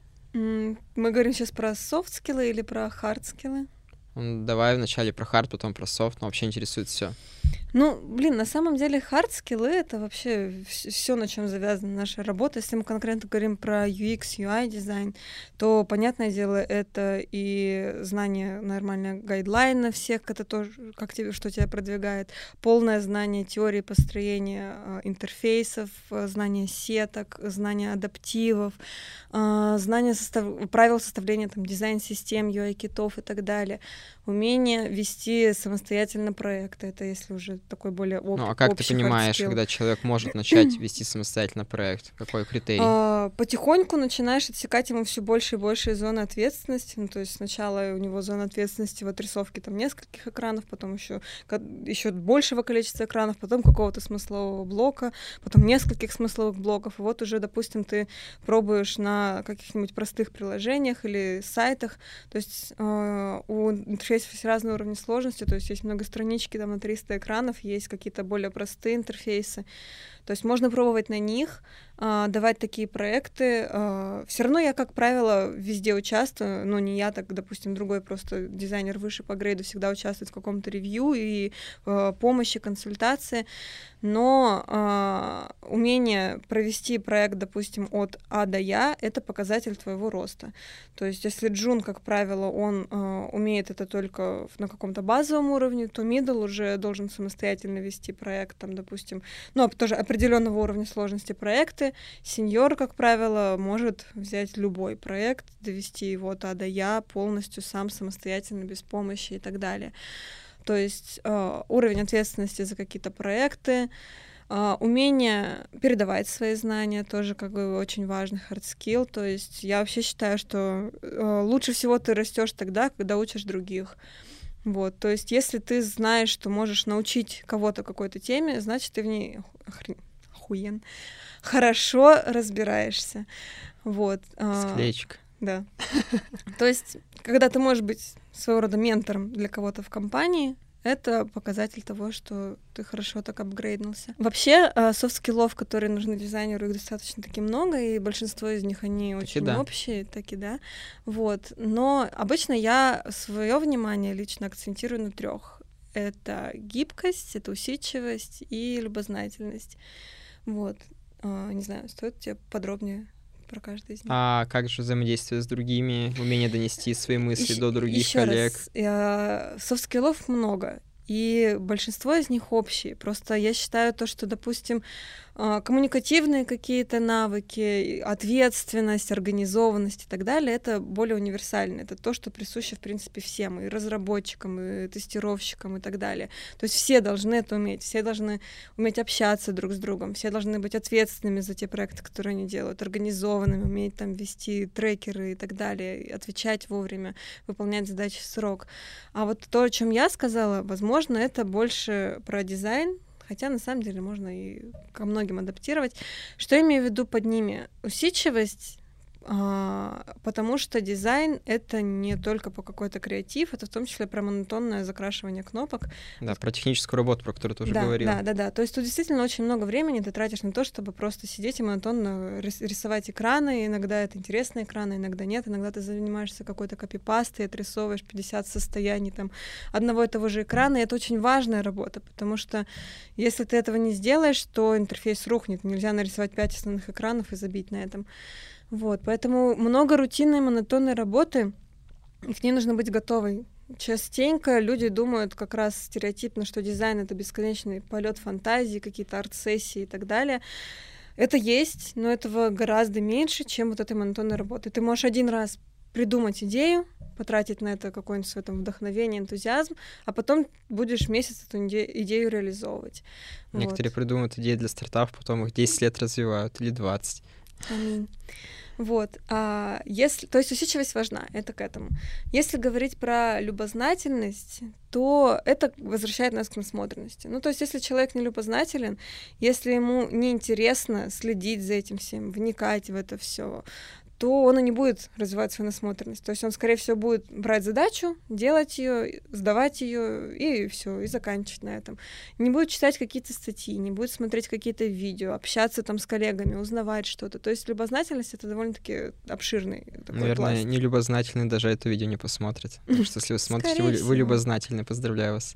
Speaker 2: Мы говорим сейчас про софт-скиллы или про хард-скиллы?
Speaker 1: Давай вначале про хард, потом про софт, но вообще интересует все.
Speaker 2: Ну, блин, на самом деле хард-скиллы — это вообще все, на чем завязана наша работа. Если мы конкретно говорим про ю экс, ю ай дизайн, то, понятное дело, это и знание нормальных гайдлайнов всех, это тоже, как тебе, что тебя продвигает, полное знание теории построения э, интерфейсов, э, знание сеток, знание адаптивов, э, знание состав... правил составления там, дизайн-систем, ю ай-китов и так далее. Умение вести самостоятельно проекты, это если уже такой более об...
Speaker 1: Ну, а как ты понимаешь,
Speaker 2: hard-skill.
Speaker 1: когда человек может начать вести самостоятельно проект? Какой критерий?
Speaker 2: А, потихоньку начинаешь отсекать ему все больше и больше зоны ответственности. Ну, то есть сначала у него зона ответственности в отрисовке там нескольких экранов, потом еще, еще большего количества экранов, потом какого-то смыслового блока, потом нескольких смысловых блоков. И вот уже, допустим, ты пробуешь на каких-нибудь простых приложениях или сайтах. То есть э, у интерфейсов есть разные уровни сложности, то есть есть многостранички там на триста экранов, есть какие-то более простые интерфейсы. То есть можно пробовать на них, э, давать такие проекты. Э, все равно я, как правило, везде участвую, но не я, так, допустим, другой просто дизайнер выше по грейду всегда участвует в каком-то ревью и э, помощи, консультации. Но э, умение провести проект, допустим, от А до Я — это показатель твоего роста. То есть если джун, как правило, он э, умеет это только на каком-то базовом уровне, то мидл уже должен самостоятельно вести проект, там, допустим, ну, тоже определенного уровня сложности проекты. Сеньор, как правило, может взять любой проект, довести его от А до Я полностью сам, самостоятельно, без помощи и так далее. То есть э, уровень ответственности за какие-то проекты, э, умение передавать свои знания тоже как бы очень важный hard skill. То есть я вообще считаю, что э, лучше всего ты растешь тогда, когда учишь других. Вот, то есть если ты знаешь, что можешь научить кого-то какой-то теме, значит, ты в ней охрен... охуен... хорошо разбираешься. Вот.
Speaker 1: Склеечка.
Speaker 2: Да. То есть, когда ты можешь быть своего рода ментором для кого-то в компании, это показатель того, что ты хорошо так апгрейднулся. Вообще, софт-скиллов, которые нужны дизайнеру, их достаточно таки много, и большинство из них, они
Speaker 1: так
Speaker 2: очень
Speaker 1: да.
Speaker 2: общие, так и да. Вот. Но обычно я свое внимание лично акцентирую на трех. Это гибкость, это усидчивость и любознательность. Вот. Не знаю, стоит тебе подробнее про каждый из них.
Speaker 1: А как же взаимодействие с другими, умение донести свои мысли
Speaker 2: Ещё,
Speaker 1: до других
Speaker 2: ещё
Speaker 1: коллег?
Speaker 2: Раз, софт-скиллов много, и большинство из них общие. Просто я считаю то, что, допустим, коммуникативные какие-то навыки, ответственность, организованность и так далее, это более универсально. Это то, что присуще, в принципе, всем, и разработчикам, и тестировщикам, и так далее. То есть все должны это уметь, все должны уметь общаться друг с другом, все должны быть ответственными за те проекты, которые они делают, организованными, уметь там вести трекеры и так далее, отвечать вовремя, выполнять задачи в срок. А вот то, о чем я сказала, возможно, это больше про дизайн, хотя на самом деле можно и ко многим адаптировать. Что я имею в виду под ними? Усидчивость, а, потому что дизайн — это не только по какой-то креатив, это в том числе про монотонное закрашивание кнопок.
Speaker 1: Да, про техническую работу, про которую ты уже
Speaker 2: да,
Speaker 1: говорила.
Speaker 2: Да, да, да. То есть тут действительно очень много времени ты тратишь на то, чтобы просто сидеть и монотонно рисовать экраны. Иногда это интересные экраны, иногда нет. Иногда ты занимаешься какой-то копипастой, отрисовываешь пятьдесят состояний там, одного и того же экрана. И это очень важная работа, потому что если ты этого не сделаешь, то интерфейс рухнет. Нельзя нарисовать пять основных экранов и забить на этом. Вот, поэтому много рутинной, монотонной работы, и к ней нужно быть готовой. Частенько люди думают как раз стереотипно, что дизайн — это бесконечный полет фантазии, какие-то арт-сессии и так далее. Это есть, но этого гораздо меньше, чем вот этой монотонной работы. Ты можешь один раз придумать идею, потратить на это какое-нибудь свое там вдохновение, энтузиазм, а потом будешь месяц эту идею реализовывать.
Speaker 1: Некоторые
Speaker 2: вот.
Speaker 1: придумывают идеи для стартапов, потом их десять лет развивают или двадцать.
Speaker 2: Аминь. Вот. А если, то есть усидчивость важна, это к этому. Если говорить про любознательность, то это возвращает нас к насмотренности. Ну, то есть если человек не любознателен, если ему неинтересно следить за этим всем, вникать в это все, то он и не будет развивать свою насмотренность. То есть он, скорее всего, будет брать задачу, делать ее, сдавать ее и все, и заканчивать на этом. Не будет читать какие-то статьи, не будет смотреть какие-то видео, общаться там с коллегами, узнавать что-то. То есть любознательность — это довольно-таки обширный такой
Speaker 1: Наверное,
Speaker 2: пласт.
Speaker 1: нелюбознательный даже это видео не посмотрит. Так что если вы смотрите, вы, вы любознательны, поздравляю вас.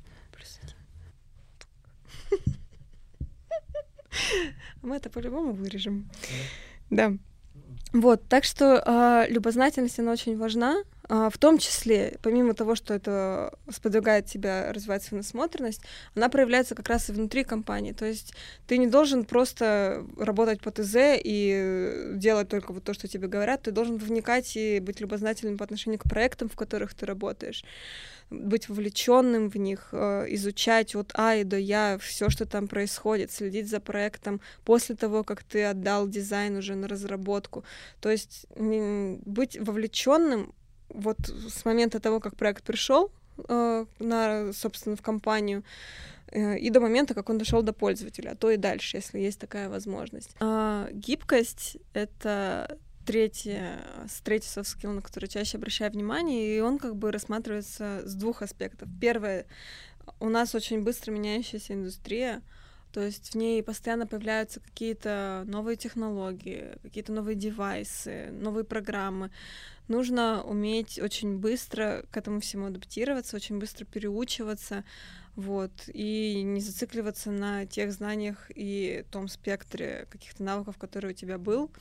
Speaker 2: Мы это по-любому вырежем. Да. Вот, так что э, любознательность, она очень важна, э, в том числе, помимо того, что это сподвигает тебя развивать свою насмотренность, она проявляется как раз и внутри компании, то есть ты не должен просто работать по ТЗ и делать только вот то, что тебе говорят, ты должен вникать и быть любознательным по отношению к проектам, в которых ты работаешь, быть вовлеченным в них, изучать от А и до Я все, что там происходит, следить за проектом после того, как ты отдал дизайн уже на разработку. То есть быть вовлеченным вот с момента того, как проект пришел на, собственно, в компанию, и до момента, как он дошел до пользователя, а то и дальше, если есть такая возможность. А гибкость — это Третье, третий soft skill, на который чаще обращаю внимание, и он как бы рассматривается с двух аспектов. Первое, у нас очень быстро меняющаяся индустрия, то есть в ней постоянно появляются какие-то новые технологии, какие-то новые девайсы, новые программы. Нужно уметь очень быстро к этому всему адаптироваться, очень быстро переучиваться, вот, и не зацикливаться на тех знаниях и том спектре каких-то навыков, которые у тебя был.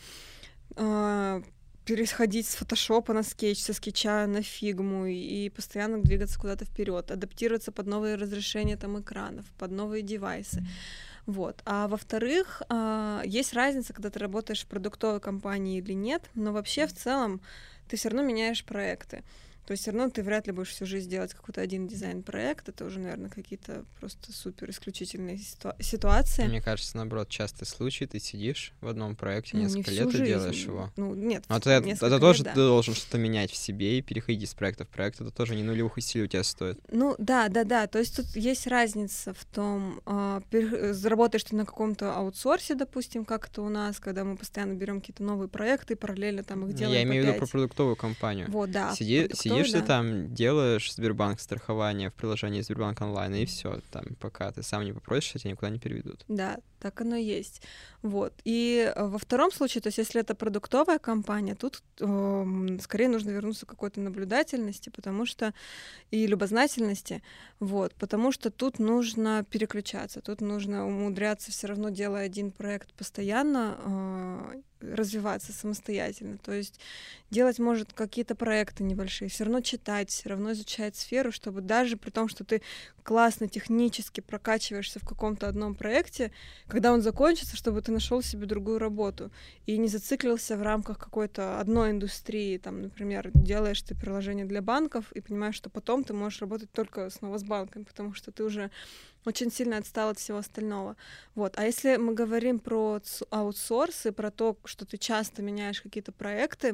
Speaker 2: Переходить с фотошопа на скетч, со скетча на фигму и постоянно двигаться куда-то вперед, адаптироваться под новые разрешения там экранов, под новые девайсы. Вот. А во-вторых, есть разница, когда ты работаешь в продуктовой компании или нет, но вообще в целом ты все равно меняешь проекты. То есть все равно ты вряд ли будешь всю жизнь делать какой-то один дизайн-проект. Это уже, наверное, какие-то просто супер исключительные ситу- ситуации.
Speaker 1: Мне кажется, наоборот, частый случай. Ты сидишь в одном проекте
Speaker 2: ну,
Speaker 1: несколько
Speaker 2: не
Speaker 1: лет
Speaker 2: жизнь.
Speaker 1: и делаешь его.
Speaker 2: Ну, нет,
Speaker 1: Но это, это
Speaker 2: лет,
Speaker 1: тоже
Speaker 2: да.
Speaker 1: ты должен что-то менять в себе и переходить из проекта в проект. Это тоже не нулевых усилий у тебя стоит.
Speaker 2: Ну, да, да, да. То есть тут есть разница в том, э, пер... заработаешь ты на каком-то аутсорсе, допустим, как это у нас, когда мы постоянно берем какие-то новые проекты и параллельно там их делаем.
Speaker 1: Я имею в виду про
Speaker 2: пять.
Speaker 1: продуктовую компанию.
Speaker 2: Вот, да.
Speaker 1: Сиди, сидишь
Speaker 2: да.
Speaker 1: ты там, делаешь Сбербанк страхование в приложении Сбербанк онлайн, и все, там, пока ты сам не попросишь, тебя никуда не переведут.
Speaker 2: Да, так оно и есть. Вот. И во втором случае, то есть если это продуктовая компания, тут э, скорее нужно вернуться к какой-то наблюдательности, потому что и любознательности, вот, потому что тут нужно переключаться, тут нужно умудряться все равно, делая один проект постоянно, э, развиваться самостоятельно, то есть делать, может, какие-то проекты небольшие, все равно читать, все равно изучать сферу, чтобы даже при том, что ты классно технически прокачиваешься в каком-то одном проекте, когда он закончится, чтобы ты нашел себе другую работу и не зациклился в рамках какой-то одной индустрии, там, например, делаешь ты приложение для банков и понимаешь, что потом ты можешь работать только снова с банками, потому что ты уже очень сильно отстал от всего остального. Вот. А если мы говорим про аутсорс и про то, что ты часто меняешь какие-то проекты,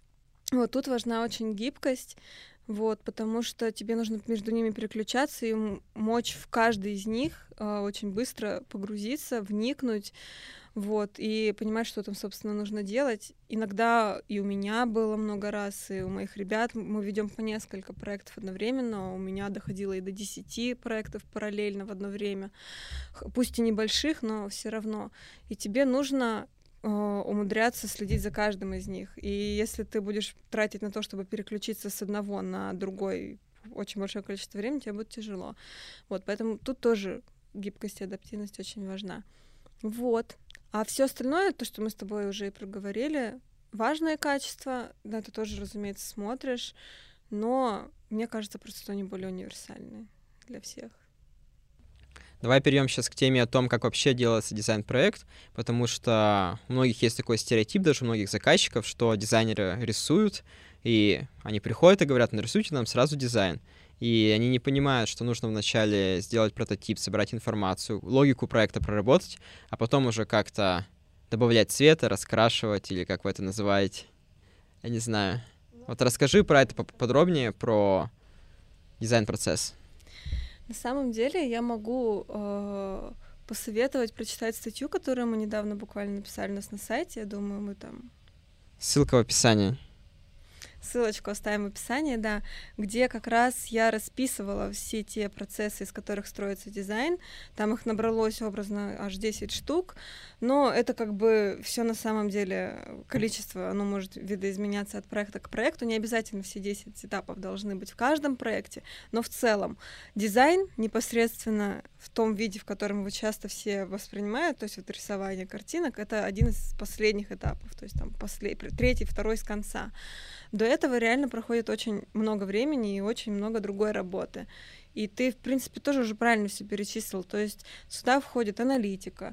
Speaker 2: вот тут важна очень гибкость, вот, потому что тебе нужно между ними переключаться и мочь в каждый из них э, очень быстро погрузиться, вникнуть, вот, и понимать, что там, собственно, нужно делать. Иногда и у меня было много раз, и у моих ребят мы ведем по несколько проектов одновременно, у меня доходило и до десяти проектов параллельно в одно время, пусть и небольших, но все равно. И тебе нужно умудряться следить за каждым из них. И если ты будешь тратить на то, чтобы переключиться с одного на другой очень большое количество времени, тебе будет тяжело. Вот, поэтому тут тоже гибкость и адаптивность очень важна. Вот. А все остальное, то, что мы с тобой уже и проговорили, важное качество, да, ты тоже, разумеется, смотришь, но мне кажется, просто что они более универсальные для всех.
Speaker 1: Давай перейдем сейчас к теме о том, как вообще делается дизайн-проект, потому что у многих есть такой стереотип, даже у многих заказчиков, что дизайнеры рисуют, и они приходят и говорят: нарисуйте нам сразу дизайн. И они не понимают, что нужно вначале сделать прототип, собрать информацию, логику проекта проработать, а потом уже как-то добавлять цвета, раскрашивать, или как вы это называете. Я не знаю. Вот расскажи про это поподробнее, про дизайн-процесс.
Speaker 2: На самом деле я могу э, посоветовать прочитать статью, которую мы недавно буквально написали у нас на сайте. Я думаю, мы там...
Speaker 1: Ссылка в описании.
Speaker 2: Ссылочку оставим в описании, да, где как раз я расписывала все те процессы, из которых строится дизайн. Там их набралось образно аж десять штук, но это как бы все на самом деле количество, оно может видоизменяться от проекта к проекту. Не обязательно все десять этапов должны быть в каждом проекте, но в целом дизайн непосредственно в том виде, в котором его часто все воспринимают, то есть вот рисование картинок, это один из последних этапов, то есть там послед... третий, второй с конца. До этого реально проходит очень много времени и очень много другой работы. И ты, в принципе, тоже уже правильно все перечислил. То есть сюда входит аналитика,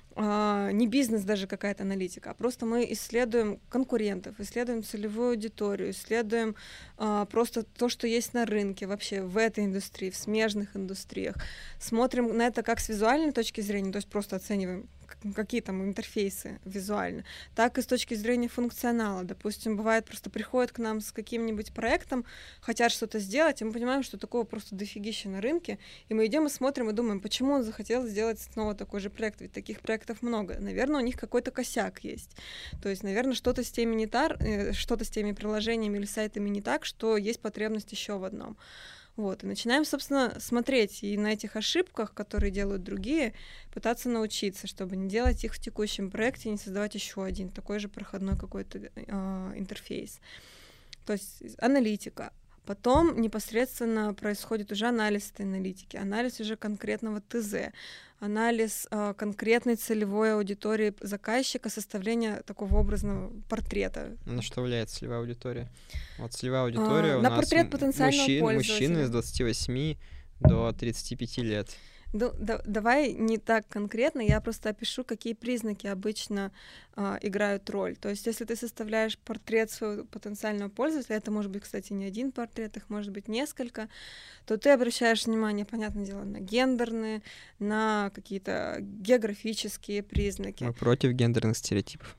Speaker 2: а, не бизнес даже какая-то аналитика, а просто мы исследуем конкурентов, исследуем целевую аудиторию, исследуем а, просто то, что есть на рынке вообще в этой индустрии, в смежных индустриях. Смотрим на это как с визуальной точки зрения, то есть просто оцениваем, какие там интерфейсы визуально, так и с точки зрения функционала. Допустим, бывает, просто приходят к нам с каким-нибудь проектом, хотят что-то сделать, и мы понимаем, что такого просто дофигища на рынке, и мы идем и смотрим и думаем, почему он захотел сделать снова такой же проект, ведь таких проектов много. Наверное, у них какой-то косяк есть. То есть, наверное, что-то с теми не так, что-то с теми приложениями или сайтами не так, что есть потребность еще в одном. Вот, и начинаем, собственно, смотреть и на этих ошибках, которые делают другие, пытаться научиться, чтобы не делать их в текущем проекте и не создавать еще один такой же проходной какой-то э, интерфейс. То есть аналитика. Потом непосредственно происходит уже анализ этой аналитики, анализ уже конкретного ТЗ, анализ э, конкретной целевой аудитории заказчика, составление такого образного портрета.
Speaker 1: На что влияет целевая аудитория? Вот целевая аудитория
Speaker 2: а,
Speaker 1: у
Speaker 2: на
Speaker 1: нас
Speaker 2: портрет потенциального
Speaker 1: мужчин,
Speaker 2: пользователя.
Speaker 1: мужчины с двадцати восьми до тридцати пяти лет.
Speaker 2: Да, да, давай не так конкретно, я просто опишу, какие признаки обычно а, играют роль. То есть, если ты составляешь портрет своего потенциального пользователя, это может быть, кстати, не один портрет, их может быть несколько, то ты обращаешь внимание, понятное дело, на гендерные, на какие-то географические признаки.
Speaker 1: Мы против гендерных стереотипов.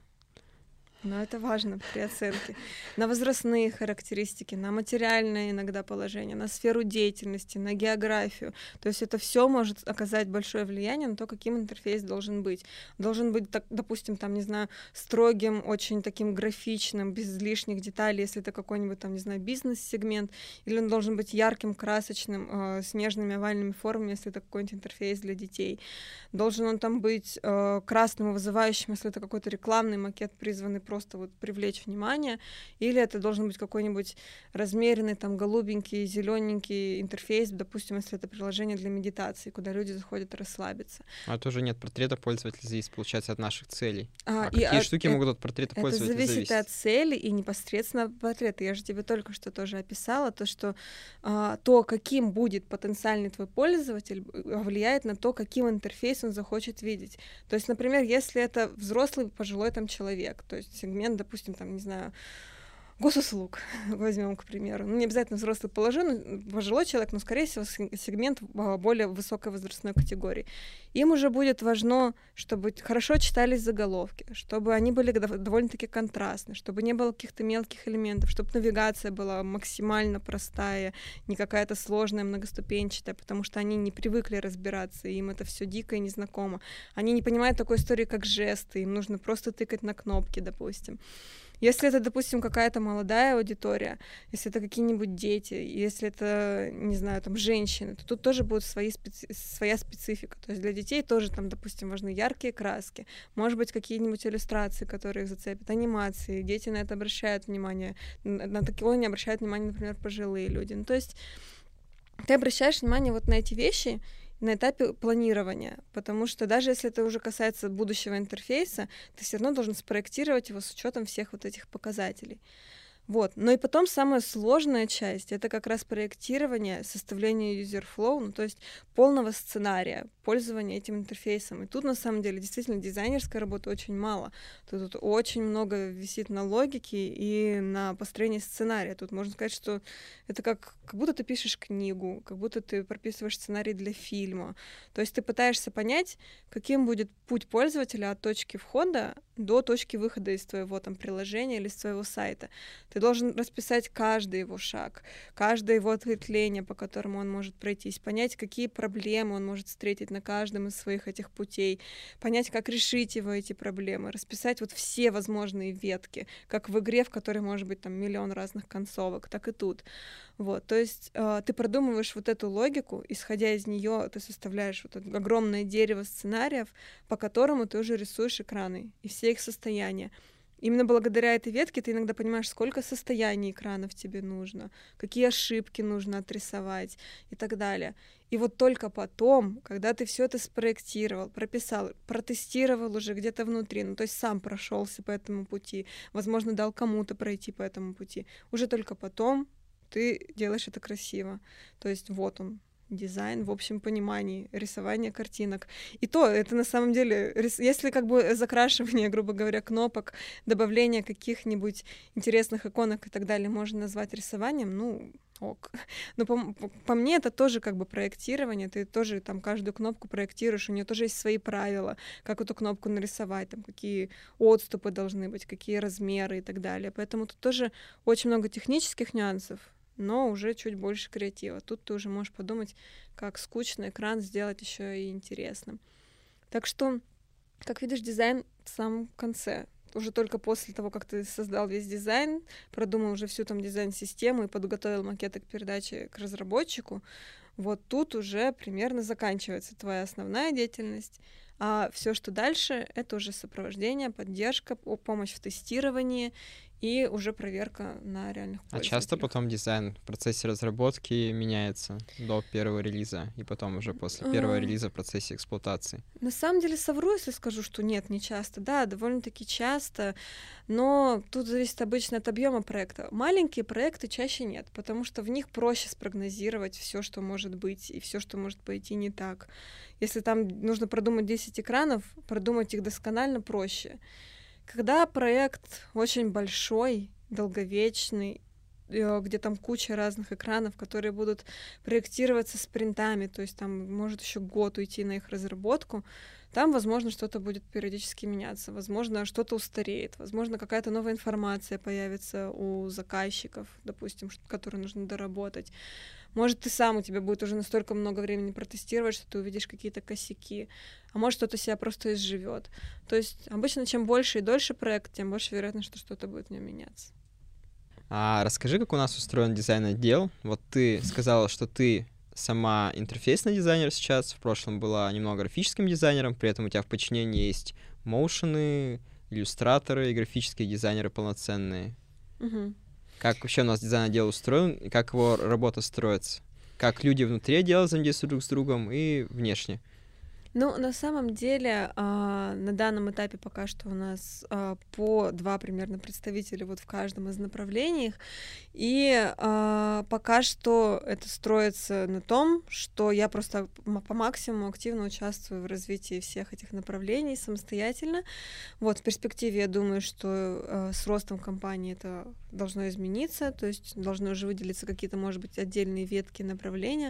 Speaker 2: Но это важно при оценке. На возрастные характеристики, на материальное иногда положение, на сферу деятельности, на географию. То есть это все может оказать большое влияние на то, каким интерфейс должен быть. Должен быть, так, допустим, там, не знаю, строгим, очень таким графичным, без лишних деталей, если это какой-нибудь, там, не знаю, бизнес-сегмент, или он должен быть ярким, красочным, э, с нежными овальными формами, если это какой-нибудь интерфейс для детей. Должен он там быть э, красным и вызывающим, если это какой-то рекламный макет, призванный просто просто вот привлечь внимание, или это должен быть какой-нибудь размеренный, там, голубенький, зелененький интерфейс, допустим, если это приложение для медитации, куда люди заходят расслабиться.
Speaker 1: А тоже нет портрета пользователя зависит, получается, от наших целей. А, а
Speaker 2: и
Speaker 1: какие
Speaker 2: от,
Speaker 1: штуки
Speaker 2: это,
Speaker 1: могут от портрета пользователя
Speaker 2: зависеть?
Speaker 1: зависеть?
Speaker 2: Это зависит от цели и непосредственно от портрета. Я же тебе только что тоже описала, то, что а, то, каким будет потенциальный твой пользователь, влияет на то, каким интерфейсом он захочет видеть. То есть, например, если это взрослый, пожилой там человек, то есть сегмент, допустим, там, не знаю, госуслуг, возьмем, к примеру. Ну, не обязательно взрослый положен, пожилой человек, но, скорее всего, сегмент более высокой возрастной категории. Им уже будет важно, чтобы хорошо читались заголовки, чтобы они были довольно-таки контрастны, чтобы не было каких-то мелких элементов, чтобы навигация была максимально простая, не какая-то сложная, многоступенчатая, потому что они не привыкли разбираться, им это все дико и незнакомо. Они не понимают такой истории, как жесты, им нужно просто тыкать на кнопки, допустим. Если это, допустим, какая-то молодая аудитория, если это какие-нибудь дети, если это, не знаю, там, женщины, то тут тоже будет свои специ... своя специфика. То есть для детей тоже там, допустим, важны яркие краски, может быть, какие-нибудь иллюстрации, которые их зацепят, анимации, дети на это обращают внимание, на такое не обращают внимание, например, пожилые люди. Ну, то есть ты обращаешь внимание вот на эти вещи на этапе планирования, потому что даже если это уже касается будущего интерфейса, ты все равно должен спроектировать его с учетом всех вот этих показателей. Вот. Но и потом самая сложная часть — это как раз проектирование, составление user flow, ну, то есть полного сценария пользования этим интерфейсом. И тут, на самом деле, действительно дизайнерской работы очень мало. Тут, тут очень много висит на логике и на построении сценария. Тут можно сказать, что это как, как будто ты пишешь книгу, как будто ты прописываешь сценарий для фильма. То есть ты пытаешься понять, каким будет путь пользователя от точки входа до точки выхода из твоего там приложения или с твоего сайта. Ты должен расписать каждый его шаг, каждое его ответвление, по которому он может пройтись, понять, какие проблемы он может встретить на каждом из своих этих путей, понять, как решить его эти проблемы, расписать вот все возможные ветки, как в игре, в которой может быть там миллион разных концовок, так и тут. Вот, то есть э, ты продумываешь вот эту логику, исходя из нее ты составляешь вот это огромное дерево сценариев, по которому ты уже рисуешь экраны и все их состояния. Именно благодаря этой ветке ты иногда понимаешь, сколько состояний экранов тебе нужно, какие ошибки нужно отрисовать и так далее. И вот только потом, когда ты все это спроектировал, прописал, протестировал уже где-то внутри, ну то есть сам прошелся по этому пути, возможно, дал кому-то пройти по этому пути, уже только потом ты делаешь это красиво. То есть вот он, дизайн в общем понимании, рисование картинок. И то, это на самом деле, если как бы закрашивание, грубо говоря, кнопок, добавление каких-нибудь интересных иконок и так далее можно назвать рисованием, ну, ок. Но по, по мне это тоже как бы проектирование, ты тоже там каждую кнопку проектируешь, у нее тоже есть свои правила, как эту кнопку нарисовать, там, какие отступы должны быть, какие размеры и так далее. Поэтому тут тоже очень много технических нюансов, но уже чуть больше креатива. Тут ты уже можешь подумать, как скучный экран сделать еще и интересным. Так что, как видишь, дизайн в самом конце. Уже только после того, как ты создал весь дизайн, продумал уже всю там дизайн-систему и подготовил макеты к передаче к разработчику, вот тут уже примерно заканчивается твоя основная деятельность, а все, что дальше, это уже сопровождение, поддержка, помощь в тестировании и уже проверка на реальных пользователях.
Speaker 1: А часто потом дизайн в процессе разработки меняется до первого релиза и потом уже после первого релиза в процессе эксплуатации?
Speaker 2: На самом деле совру, если скажу, что нет, не часто. Да, довольно-таки часто, но тут зависит обычно от объема проекта. Маленькие проекты чаще нет, потому что в них проще спрогнозировать все, что может быть, и все, что может пойти не так. Если там нужно продумать десять экранов, продумать их досконально проще. Когда проект очень большой, долговечный, где там куча разных экранов, которые будут проектироваться спринтами, то есть там может еще год уйти на их разработку, там, возможно, что-то будет периодически меняться, возможно, что-то устареет, возможно, какая-то новая информация появится у заказчиков, допустим, которую нужно доработать. Может, ты сам, у тебя будет уже настолько много времени протестировать, что ты увидишь какие-то косяки, а может, что-то себя просто изживет. То есть обычно, чем больше и дольше проект, тем больше вероятность, что что-то будет в нем меняться.
Speaker 1: А расскажи, как у нас устроен дизайн-отдел. Вот ты сказала, что ты сама интерфейсный дизайнер сейчас, в прошлом была немного графическим дизайнером, при этом у тебя в подчинении есть моушены, иллюстраторы и графические дизайнеры полноценные.
Speaker 2: Угу.
Speaker 1: Как вообще у нас дизайн-отдел устроен и как его работа строится? Как люди внутри отдела взаимодействуют друг с другом и внешне?
Speaker 2: Ну, на самом деле, а, на данном этапе пока что у нас а, по два примерно представителя вот в каждом из направлений. И а, пока что это строится на том, что я просто по максимуму активно участвую в развитии всех этих направлений самостоятельно. Вот в перспективе я думаю, что а, с ростом компании это должно измениться, то есть должны уже выделиться какие-то, может быть, отдельные ветки направления.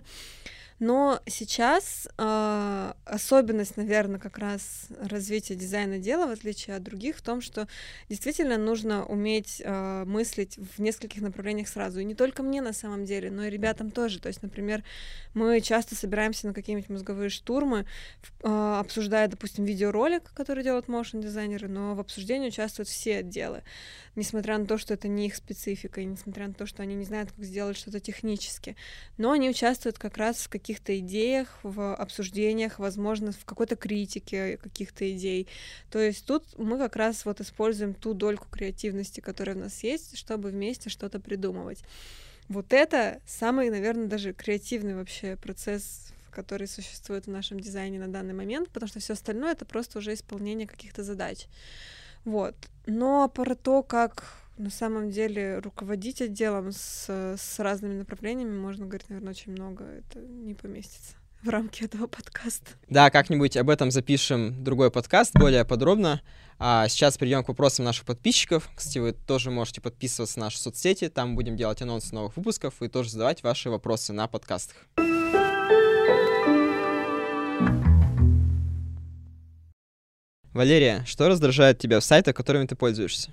Speaker 2: Но сейчас э, особенность, наверное, как раз развития дизайна дела, в отличие от других, в том, что действительно нужно уметь э, мыслить в нескольких направлениях сразу. И не только мне на самом деле, но и ребятам тоже. То есть, например, мы часто собираемся на какие-нибудь мозговые штурмы, э, обсуждая, допустим, видеоролик, который делают моушн-дизайнеры, но в обсуждении участвуют все отделы. Несмотря на то, что это не их специфика, и несмотря на то, что они не знают, как сделать что-то технически. Но они участвуют как раз в каких-то идеях, в обсуждениях, возможно, в какой-то критике каких-то идей. То есть тут мы как раз вот используем ту дольку креативности, которая у нас есть, чтобы вместе что-то придумывать. Вот это самый, наверное, даже креативный вообще процесс, который существует в нашем дизайне на данный момент, потому что все остальное — это просто уже исполнение каких-то задач. Вот. Но про то, как на самом деле руководить отделом с, с разными направлениями, можно говорить, наверное, очень много. Это не поместится в рамки этого подкаста.
Speaker 1: Да, как-нибудь об этом запишем другой подкаст более подробно. А сейчас перейдем к вопросам наших подписчиков. Кстати, вы тоже можете подписываться на наши соцсети, там будем делать анонсы новых выпусков и тоже задавать ваши вопросы на подкастах. Валерия, что раздражает тебя в сайтах, которыми ты пользуешься?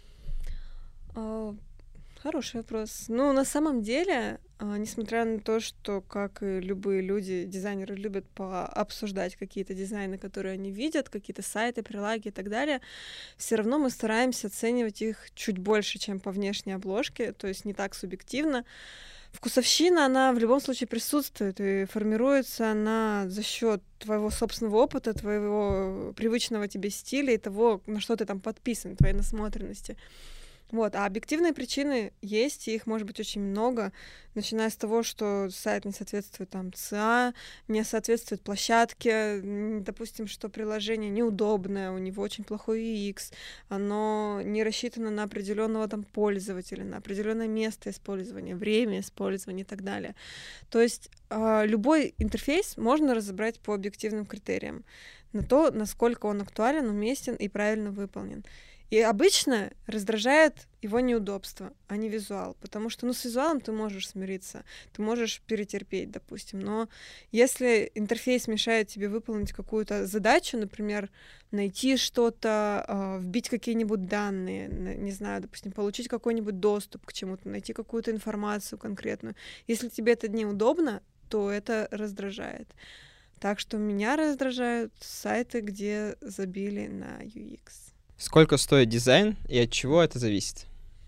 Speaker 2: А, Хороший вопрос. Ну, на самом деле, а, несмотря на то, что, как и любые люди, дизайнеры любят пообсуждать какие-то дизайны, которые они видят, какие-то сайты, прилаги и так далее, все равно мы стараемся оценивать их чуть больше, чем по внешней обложке, то есть не так субъективно. Вкусовщина, она в любом случае присутствует, и формируется она за счет твоего собственного опыта, твоего привычного тебе стиля и того, на что ты там подписан, твоей насмотренности. Вот, а объективные причины есть, и их может быть очень много, начиная с того, что сайт не соответствует там ЦА, не соответствует площадке, допустим, что приложение неудобное, у него очень плохой ю экс, оно не рассчитано на определенного там пользователя, на определенное место использования, время использования и так далее. То есть любой интерфейс можно разобрать по объективным критериям, на то, насколько он актуален, уместен и правильно выполнен. И обычно раздражает его неудобство, а не визуал. Потому что, ну, с визуалом ты можешь смириться, ты можешь перетерпеть, допустим. Но если интерфейс мешает тебе выполнить какую-то задачу, например, найти что-то, вбить какие-нибудь данные, не знаю, допустим, получить какой-нибудь доступ к чему-то, найти какую-то информацию конкретную. Если тебе это неудобно, то это раздражает. Так что меня раздражают сайты, где забили на ю экс.
Speaker 1: Сколько стоит дизайн и от чего это зависит?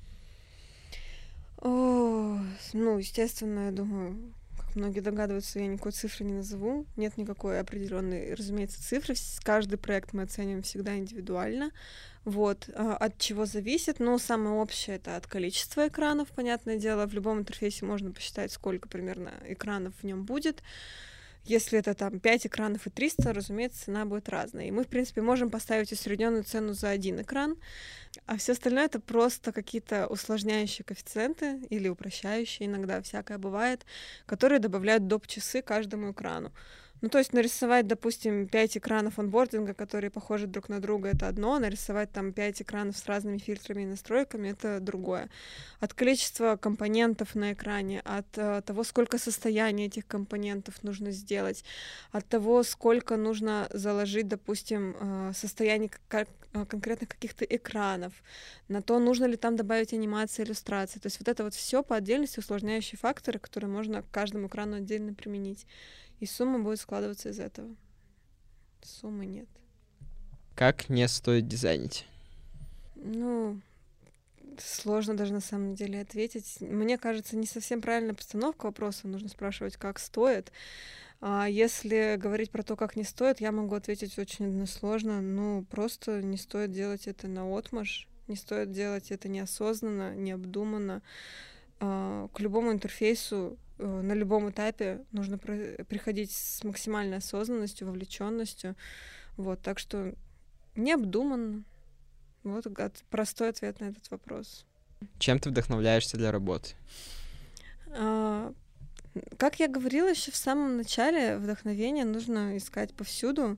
Speaker 2: О, ну, естественно, я думаю, как многие догадываются, я никакой цифры не назову. Нет никакой определенной, разумеется, цифры. Каждый проект мы оцениваем всегда индивидуально. Вот. От чего зависит? Ну, самое общее — это от количества экранов, понятное дело. В любом интерфейсе можно посчитать, сколько примерно экранов в нем будет. Если это там пять экранов и триста, разумеется, цена будет разная. И мы, в принципе, можем поставить усредненную цену за один экран, а все остальное — это просто какие-то усложняющие коэффициенты или упрощающие, иногда всякое бывает, которые добавляют доп. Часы каждому экрану. Ну, то есть нарисовать, допустим, пять экранов онбординга, которые похожи друг на друга, это одно, нарисовать там пять экранов с разными фильтрами и настройками — это другое. От количества компонентов на экране, от uh, того, сколько состояний этих компонентов нужно сделать, от того, сколько нужно заложить, допустим, uh, состояние как- конкретных каких-то экранов, на то, нужно ли там добавить анимации, иллюстрации. То есть вот это вот все по отдельности усложняющие факторы, которые можно к каждому экрану отдельно применить. И сумма будет складываться из этого. Суммы нет.
Speaker 1: Как не стоит дизайнить?
Speaker 2: Ну, сложно даже на самом деле ответить. Мне кажется, не совсем правильная постановка вопроса. Нужно спрашивать, как стоит. А если говорить про то, как не стоит, я могу ответить очень односложно. Ну, просто не стоит делать это наотмашь. Не стоит делать это неосознанно, необдуманно. А, к любому интерфейсу на любом этапе нужно приходить с максимальной осознанностью, вовлеченностью. Вот, так что необдуманно. Вот простой ответ на этот вопрос.
Speaker 1: Чем ты вдохновляешься для работы?
Speaker 2: А, как я говорила еще в самом начале, вдохновение нужно искать повсюду.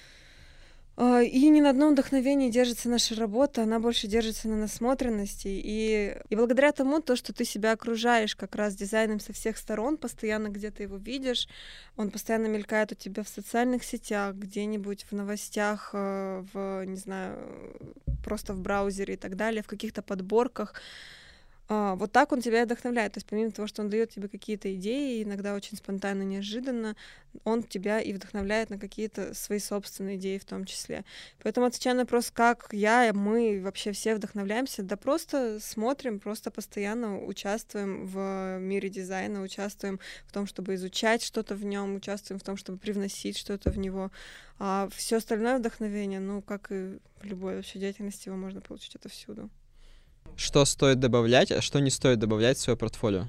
Speaker 2: И ни на одном вдохновении держится наша работа, она больше держится на насмотренности. И, и благодаря тому, то, что ты себя окружаешь как раз дизайном со всех сторон, постоянно где-то его видишь, он постоянно мелькает у тебя в социальных сетях, где-нибудь в новостях, в, не знаю, просто в браузере и так далее, в каких-то подборках. Вот так он тебя и вдохновляет. То есть помимо того, что он дает тебе какие-то идеи, иногда очень спонтанно, неожиданно, он тебя и вдохновляет на какие-то свои собственные идеи в том числе. Поэтому, отвечая на вопрос, как я, мы, вообще все вдохновляемся, да просто смотрим, просто постоянно участвуем в мире дизайна, участвуем в том, чтобы изучать что-то в нем, участвуем в том, чтобы привносить что-то в него. А все остальное вдохновение, ну, как и в любой вообще деятельности, его можно получить отовсюду.
Speaker 1: Что стоит добавлять, а что не стоит добавлять в свое портфолио?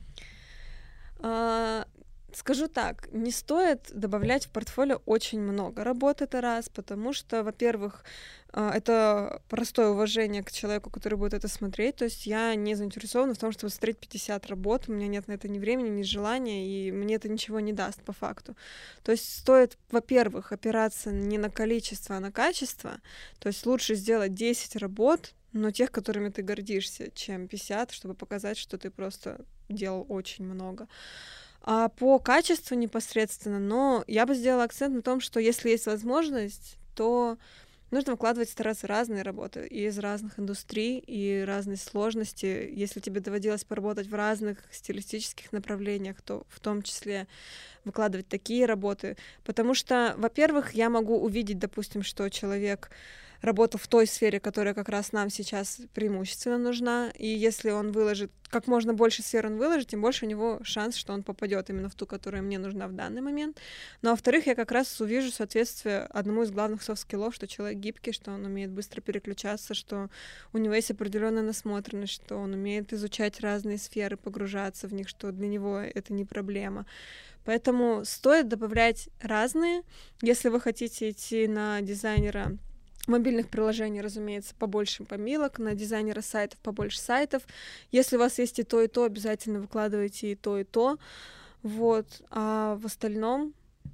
Speaker 2: А, скажу так, не стоит добавлять в портфолио очень много работ, это раз, потому что, во-первых, это простое уважение к человеку, который будет это смотреть, то есть я не заинтересована в том, чтобы смотреть пятьдесят работ, у меня нет на это ни времени, ни желания, и мне это ничего не даст по факту. То есть стоит, во-первых, опираться не на количество, а на качество, то есть лучше сделать десять работ, но тех, которыми ты гордишься, чем пятьдесят, чтобы показать, что ты просто делал очень много. А по качеству непосредственно, но я бы сделала акцент на том, что если есть возможность, то нужно выкладывать, стараться разные работы и из разных индустрий, и разной сложности. Если тебе доводилось поработать в разных стилистических направлениях, то в том числе выкладывать такие работы. Потому что, во-первых, я могу увидеть, допустим, что человек работал в той сфере, которая как раз нам сейчас преимущественно нужна, и если он выложит, как можно больше сфер он выложит, тем больше у него шанс, что он попадет именно в ту, которая мне нужна в данный момент. Ну, а во-вторых, я как раз увижу соответствие одному из главных софт-скиллов, что человек гибкий, что он умеет быстро переключаться, что у него есть определенная насмотренность, что он умеет изучать разные сферы, погружаться в них, что для него это не проблема. Поэтому стоит добавлять разные. Если вы хотите идти на дизайнера мобильных приложений, разумеется, побольше помилок, на дизайнера сайтов побольше сайтов. Если у вас есть и то, и то, обязательно выкладывайте и то, и то. Вот. А в остальном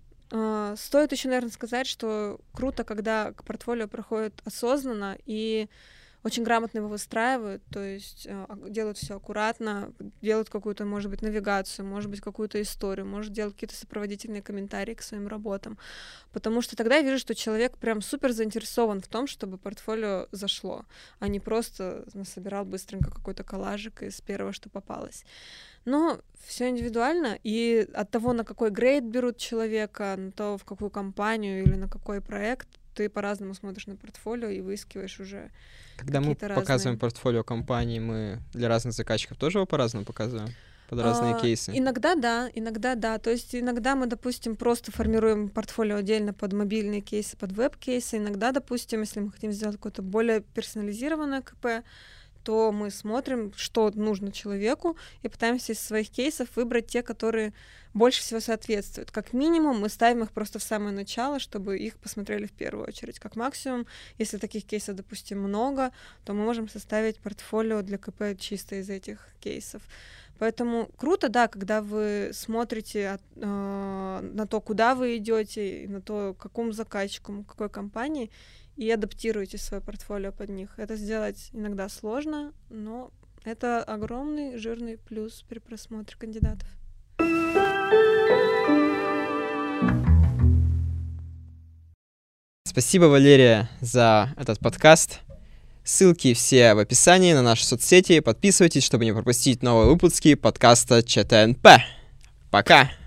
Speaker 2: э, стоит еще, наверное, сказать, что круто, когда портфолио проходит осознанно и очень грамотно его выстраивают, то есть э, делают все аккуратно, делают какую-то, может быть, навигацию, может быть, какую-то историю, может делать какие-то сопроводительные комментарии к своим работам, потому что тогда я вижу, что человек прям супер заинтересован в том, чтобы портфолио зашло, а не просто насобирал быстренько какой-то коллажик из первого, что попалось. Но все индивидуально, и от того, на какой грейд берут человека, на то, в какую компанию или на какой проект, ты по-разному смотришь на портфолио и выискиваешь уже.
Speaker 1: Когда мы
Speaker 2: разные...
Speaker 1: показываем портфолио компании, мы для разных заказчиков тоже его по-разному показываем? Под разные
Speaker 2: а,
Speaker 1: кейсы?
Speaker 2: Иногда да, иногда да. То есть иногда мы, допустим, просто формируем портфолио отдельно под мобильные кейсы, под веб-кейсы. Иногда, допустим, если мы хотим сделать какое-то более персонализированное КП, то мы смотрим, что нужно человеку, и пытаемся из своих кейсов выбрать те, которые больше всего соответствуют. Как минимум, мы ставим их просто в самое начало, чтобы их посмотрели в первую очередь. Как максимум, если таких кейсов, допустим, много, то мы можем составить портфолио для КП чисто из этих кейсов. Поэтому круто, да, когда вы смотрите от, э, на то, куда вы идете, на то, к какому заказчику, к какой компании, и адаптируете свое портфолио под них. Это сделать иногда сложно, но это огромный жирный плюс при просмотре кандидатов.
Speaker 1: Спасибо, Валерия, за этот подкаст. Ссылки все в описании на наши соцсети. Подписывайтесь, чтобы не пропустить новые выпуски подкаста ЧТНП. Пока!